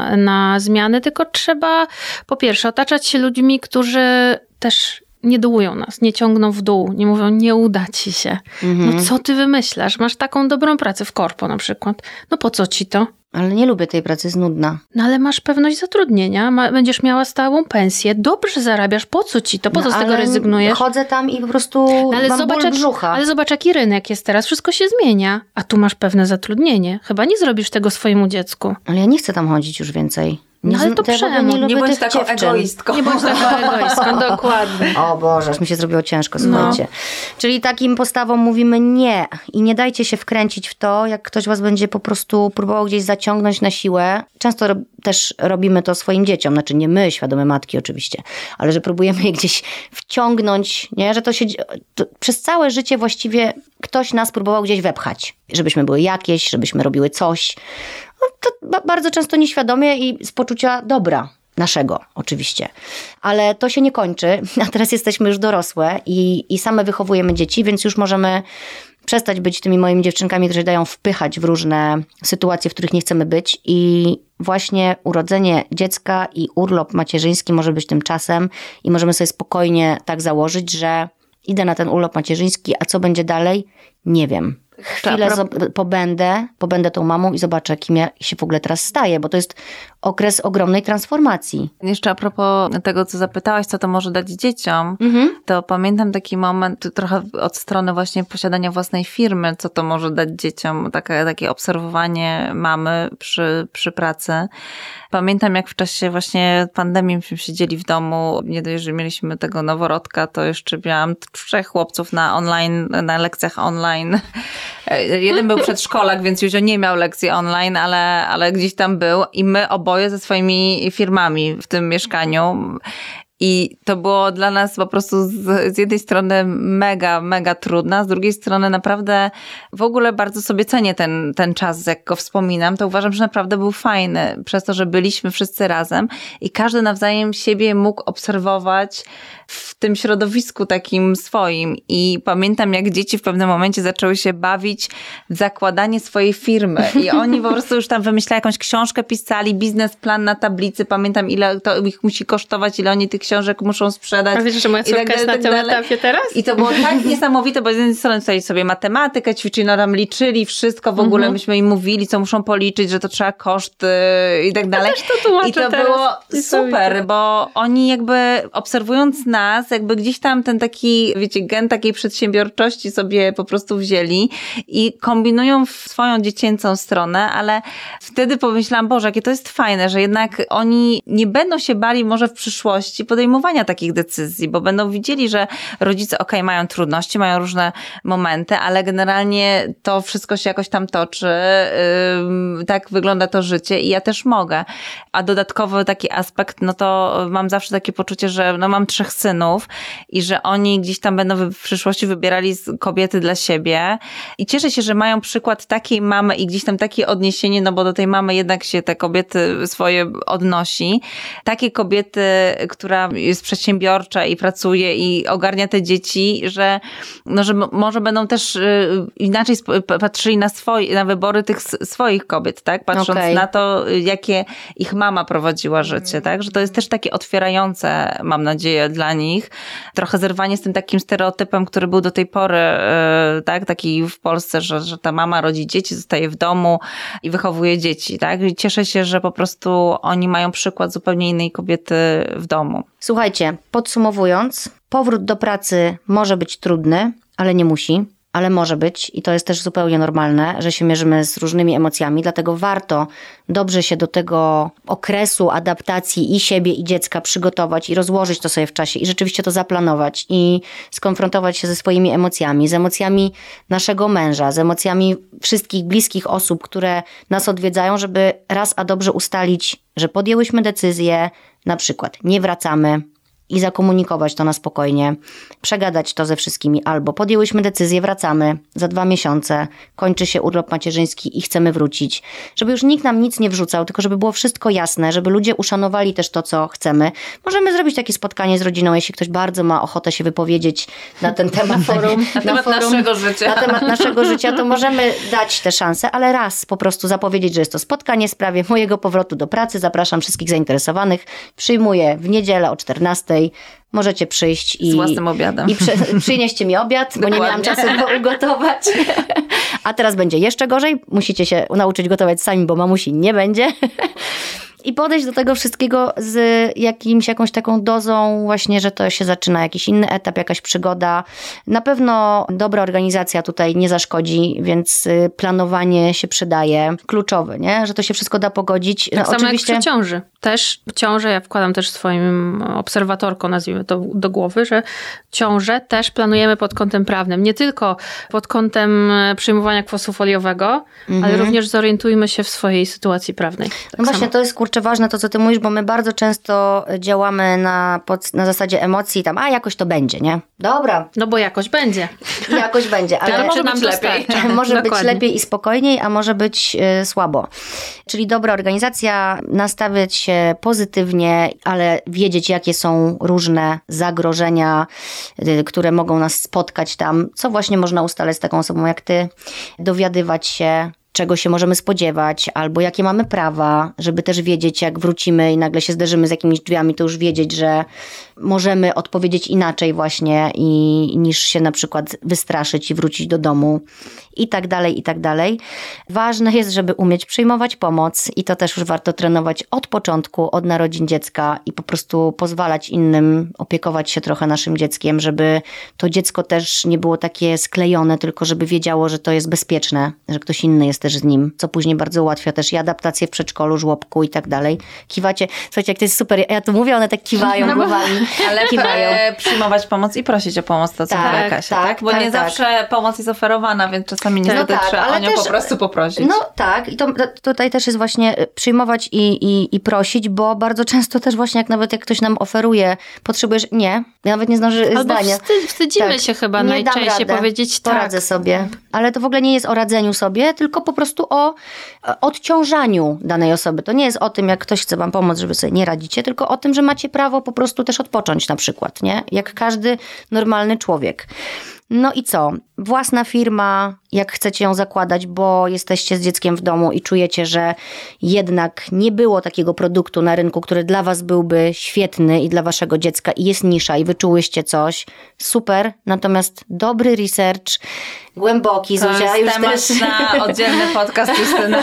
na zmiany, tylko trzeba po pierwsze otaczać się ludźmi, którzy też nie dołują nas, nie ciągną w dół, nie mówią, nie uda ci się. No co ty wymyślasz? Masz taką dobrą pracę w korpo na przykład. No po co ci to?
Ale nie lubię tej pracy, jest nudna.
No ale masz pewność zatrudnienia, będziesz miała stałą pensję, dobrze zarabiasz, po co ci to? Po co z tego rezygnujesz?
Chodzę tam i po prostu mam ból brzucha.
Ale zobacz, jaki rynek jest teraz, wszystko się zmienia, a tu masz pewne zatrudnienie. Chyba nie zrobisz tego swojemu dziecku.
Ale ja nie chcę tam chodzić już więcej.
No ale to
nie bądź taką egoistką.
Nie bądź taką egoistką, dokładnie.
O Boże, aż mi się zrobiło ciężko, słuchajcie. Czyli takim postawom mówimy nie i nie dajcie się wkręcić w to, jak ktoś was będzie po prostu próbował gdzieś zaciągnąć na siłę. Często też robimy to swoim dzieciom, znaczy nie my, świadome matki oczywiście, ale że próbujemy je gdzieś wciągnąć, nie? Że to przez całe życie właściwie ktoś nas próbował gdzieś wepchać, żebyśmy były jakieś, żebyśmy robiły coś. No, to bardzo często nieświadomie i z poczucia dobra naszego oczywiście. Ale to się nie kończy, a teraz jesteśmy już dorosłe i same wychowujemy dzieci, więc już możemy przestać być tymi moimi dziewczynkami, które dają wpychać w różne sytuacje, w których nie chcemy być i właśnie urodzenie dziecka i urlop macierzyński może być tym czasem i możemy sobie spokojnie tak założyć, że idę na ten urlop macierzyński, a co będzie dalej? Nie wiem. Chwilę pobędę tą mamą i zobaczę, kim ja się w ogóle teraz staję, bo to jest okres ogromnej transformacji.
Jeszcze a propos tego, co zapytałaś, co to może dać dzieciom, to pamiętam taki moment trochę od strony właśnie posiadania własnej firmy, co to może dać dzieciom, takie obserwowanie mamy przy pracy. Pamiętam, jak w czasie właśnie pandemii myśmy siedzieli w domu, nie dość, że mieliśmy tego noworodka, to jeszcze miałam 3 chłopców na lekcjach online. Jeden był przedszkolak, więc Józio nie miał lekcji online, ale gdzieś tam był i my oboje ze swoimi firmami w tym mieszkaniu. I to było dla nas po prostu z jednej strony mega, mega trudne, a z drugiej strony naprawdę w ogóle bardzo sobie cenię ten czas, jak go wspominam, to uważam, że naprawdę był fajny, przez to, że byliśmy wszyscy razem i każdy nawzajem siebie mógł obserwować w tym środowisku takim swoim i pamiętam, jak dzieci w pewnym momencie zaczęły się bawić w zakładanie swojej firmy i oni po prostu już tam wymyślali jakąś książkę, pisali biznesplan na tablicy, pamiętam ile to ich musi kosztować, ile oni tych książek muszą sprzedać.
A wiesz, że moja córka jest na tym etapie teraz?
I to było tak niesamowite, bo z jednej strony tutaj sobie matematykę ćwiczyli, no tam liczyli wszystko, w ogóle myśmy im mówili, co muszą policzyć, że to trzeba koszty i tak dalej. I to było super, bo oni jakby obserwując nas, jakby gdzieś tam ten taki, wiecie, gen takiej przedsiębiorczości sobie po prostu wzięli i kombinują w swoją dziecięcą stronę, ale wtedy pomyślałam, Boże, jakie to jest fajne, że jednak oni nie będą się bali może w przyszłości podejmowania takich decyzji, bo będą widzieli, że rodzice mają trudności, mają różne momenty, ale generalnie to wszystko się jakoś tam toczy, tak wygląda to życie i ja też mogę. A dodatkowo taki aspekt, no to mam zawsze takie poczucie, że no mam 3 synów i że oni gdzieś tam będą w przyszłości wybierali kobiety dla siebie i cieszę się, że mają przykład takiej mamy i gdzieś tam takie odniesienie, no bo do tej mamy jednak się te kobiety swoje odnosi. Takiej kobiety, która jest przedsiębiorcza i pracuje i ogarnia te dzieci, że może będą też inaczej patrzyli na wybory tych swoich kobiet, tak? Patrząc na to, jakie ich mama prowadziła życie, tak? Że to jest też takie otwierające, mam nadzieję, dla nich. Trochę zerwanie z tym takim stereotypem, który był do tej pory, tak? Taki w Polsce, że ta mama rodzi dzieci, zostaje w domu i wychowuje dzieci, tak? I cieszę się, że po prostu oni mają przykład zupełnie innej kobiety w domu.
Słuchajcie, podsumowując, powrót do pracy może być trudny, ale nie musi. Ale może być i to jest też zupełnie normalne, że się mierzymy z różnymi emocjami, dlatego warto dobrze się do tego okresu adaptacji i siebie, i dziecka przygotować i rozłożyć to sobie w czasie i rzeczywiście to zaplanować i skonfrontować się ze swoimi emocjami, z emocjami naszego męża, z emocjami wszystkich bliskich osób, które nas odwiedzają, żeby raz a dobrze ustalić, że podjęłyśmy decyzję, na przykład nie wracamy, i zakomunikować to na spokojnie, przegadać to ze wszystkimi, albo podjęłyśmy decyzję, wracamy, za 2 miesiące kończy się urlop macierzyński i chcemy wrócić. Żeby już nikt nam nic nie wrzucał, tylko żeby było wszystko jasne, żeby ludzie uszanowali też to, co chcemy. Możemy zrobić takie spotkanie z rodziną, jeśli ktoś bardzo ma ochotę się wypowiedzieć na ten temat.
Na temat naszego życia.
Na temat naszego życia, to możemy dać tę szansę, ale raz po prostu zapowiedzieć, że jest to spotkanie w sprawie mojego powrotu do pracy. Zapraszam wszystkich zainteresowanych. Przyjmuję w niedzielę o 14:00. Możecie przyjść
z własnym obiadem.
I przynieście mi obiad, bo nie miałam czasu go ugotować. A teraz będzie jeszcze gorzej. Musicie się nauczyć gotować sami, bo mamusi nie będzie. I podejść do tego wszystkiego z jakąś taką dozą właśnie, że to się zaczyna jakiś inny etap, jakaś przygoda. Na pewno dobra organizacja tutaj nie zaszkodzi, więc planowanie się przydaje. Kluczowe, nie? Że to się wszystko da pogodzić.
Tak samo oczywiście... jak przy ciąży. Też ciążę, ja wkładam też swoim obserwatorkom, nazwijmy to, do głowy, że ciążę też planujemy pod kątem prawnym. Nie tylko pod kątem przyjmowania kwasu foliowego, ale również zorientujmy się w swojej sytuacji prawnej. Tak
no właśnie, to jest ważne to, co ty mówisz, bo my bardzo często działamy na zasadzie emocji, tam, jakoś to będzie, nie? Dobra.
No bo jakoś będzie.
Jakoś będzie, ale
może być lepiej.
Może być lepiej i spokojniej, a może być słabo. Czyli dobra organizacja, nastawiać się pozytywnie, ale wiedzieć, jakie są różne zagrożenia, które mogą nas spotkać tam, co właśnie można ustalać z taką osobą jak ty, dowiadywać się, czego się możemy spodziewać, albo jakie mamy prawa, żeby też wiedzieć, jak wrócimy i nagle się zderzymy z jakimiś drzwiami, to już wiedzieć, że możemy odpowiedzieć inaczej właśnie niż się na przykład wystraszyć i wrócić do domu i tak dalej, i tak dalej. Ważne jest, żeby umieć przyjmować pomoc i to też już warto trenować od początku, od narodzin dziecka i po prostu pozwalać innym opiekować się trochę naszym dzieckiem, żeby to dziecko też nie było takie sklejone, tylko żeby wiedziało, że to jest bezpieczne, że ktoś inny jest też z nim, co później bardzo ułatwia też i adaptację w przedszkolu, żłobku i tak dalej. Kiwacie, słuchajcie, jak to jest super, ja tu mówię, one tak kiwają głowami.
Ale przyjmować pomoc i prosić o pomoc, to co powie Kasia, tak? Bo nie zawsze pomoc jest oferowana, więc czasami niestety trzeba o nią po prostu poprosić.
No tak, i tutaj też jest właśnie przyjmować i prosić, bo bardzo często też właśnie jak ktoś nam oferuje, potrzebujesz, nie, ja nawet nie zdążę zdania.
Wstydzimy się chyba najczęściej powiedzieć tak.
Poradzę sobie. ale to w ogóle nie jest o radzeniu sobie, tylko po prostu o odciążaniu danej osoby. To nie jest o tym, jak ktoś chce wam pomóc, żeby sobie nie radzicie, tylko o tym, że macie prawo po prostu też odpocząć na przykład, nie? Jak każdy normalny człowiek. No i co? Własna firma, jak chcecie ją zakładać, bo jesteście z dzieckiem w domu i czujecie, że jednak nie było takiego produktu na rynku, który dla was byłby świetny i dla waszego dziecka i jest nisza i wyczułyście coś, super. Natomiast dobry research, głęboki,
to
Zuzia,
jest
już
temat
też...
na oddzielny podcast, Justyna.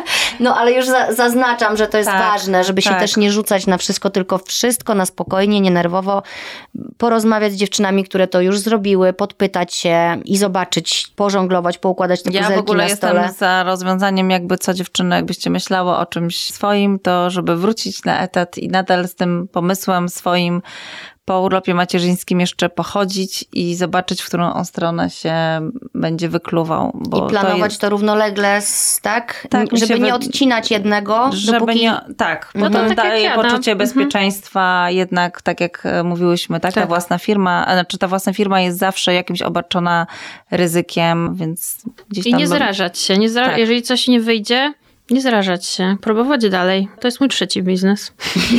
No ale już zaznaczam, że to jest ważne, żeby się też nie rzucać na wszystko na spokojnie, nie nerwowo, porozmawiać z dziewczynami, które to już zrobiły, podpytać się i zobaczyć, pożonglować, poukładać te puzelki na stole.
Ja w ogóle jestem za rozwiązaniem jakby co dziewczyny, jakbyście myślały o czymś swoim, to żeby wrócić na etat i nadal z tym pomysłem swoim po urlopie macierzyńskim jeszcze pochodzić i zobaczyć, w którą stronę się będzie wykluwał. Bo
i planować to równolegle, tak? Żeby nie odcinać jednego, dopóki...
bo to daje poczucie bezpieczeństwa, jednak tak jak mówiłyśmy, ta własna firma, znaczy ta własna firma jest zawsze jakimś obarczona ryzykiem, więc gdzieś tam...
I nie zrażać się, jeżeli coś nie wyjdzie, nie zrażać się, próbować dalej. To jest mój 3. biznes.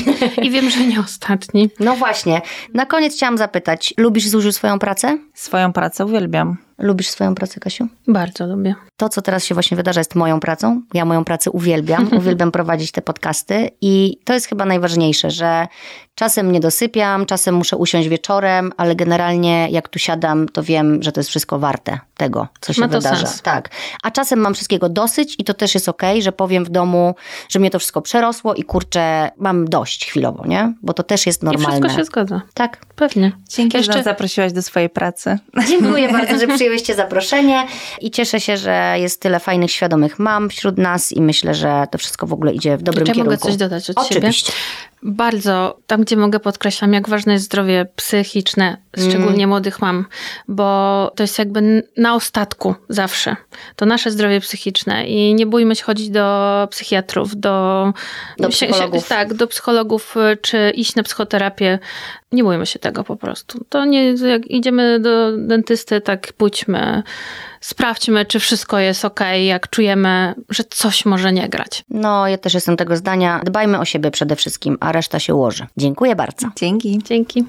I wiem, że nie ostatni.
No właśnie. Na koniec chciałam zapytać, lubisz, Zuziu, swoją pracę?
Swoją pracę uwielbiam.
Lubisz swoją pracę, Kasiu?
Bardzo lubię.
To, co teraz się właśnie wydarza, jest moją pracą. Ja moją pracę uwielbiam. Uwielbiam prowadzić te podcasty i to jest chyba najważniejsze, że czasem nie dosypiam, czasem muszę usiąść wieczorem, ale generalnie jak tu siadam, to wiem, że to jest wszystko warte tego, co się wydarza.
Sens.
Tak. A czasem mam wszystkiego dosyć i to też jest okej, że powiem w domu, że mnie to wszystko przerosło i kurczę, mam dość chwilowo, nie? Bo to też jest normalne.
I wszystko się zgadza.
Tak.
Pewnie.
Dzięki, że nas zaprosiłaś do swojej pracy.
Dziękuję bardzo, że przyjęłyście zaproszenie i cieszę się, że jest tyle fajnych, świadomych mam wśród nas i myślę, że to wszystko w ogóle idzie w dobrym kierunku.
Mogę coś dodać od siebie?
Oczywiście.
Bardzo, tam gdzie mogę podkreślam, jak ważne jest zdrowie psychiczne, szczególnie młodych mam, bo to jest jakby na ostatku zawsze. To nasze zdrowie psychiczne i nie bójmy się chodzić do psychiatrów, do
psychologów.
do psychologów, czy iść na psychoterapię. Nie bójmy się tego po prostu. To nie, jak idziemy do dentysty, tak pójdźmy, sprawdźmy, czy wszystko jest okej, jak czujemy, że coś może nie grać.
No, ja też jestem tego zdania. Dbajmy o siebie przede wszystkim, a reszta się ułoży. Dziękuję bardzo.
Dzięki.
Dzięki.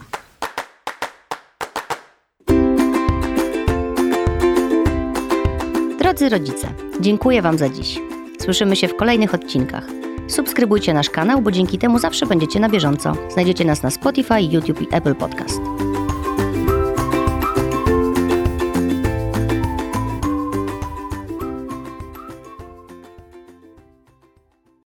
Drodzy rodzice, dziękuję wam za dziś. Słyszymy się w kolejnych odcinkach. Subskrybujcie nasz kanał, bo dzięki temu zawsze będziecie na bieżąco. Znajdziecie nas na Spotify, YouTube i Apple Podcast.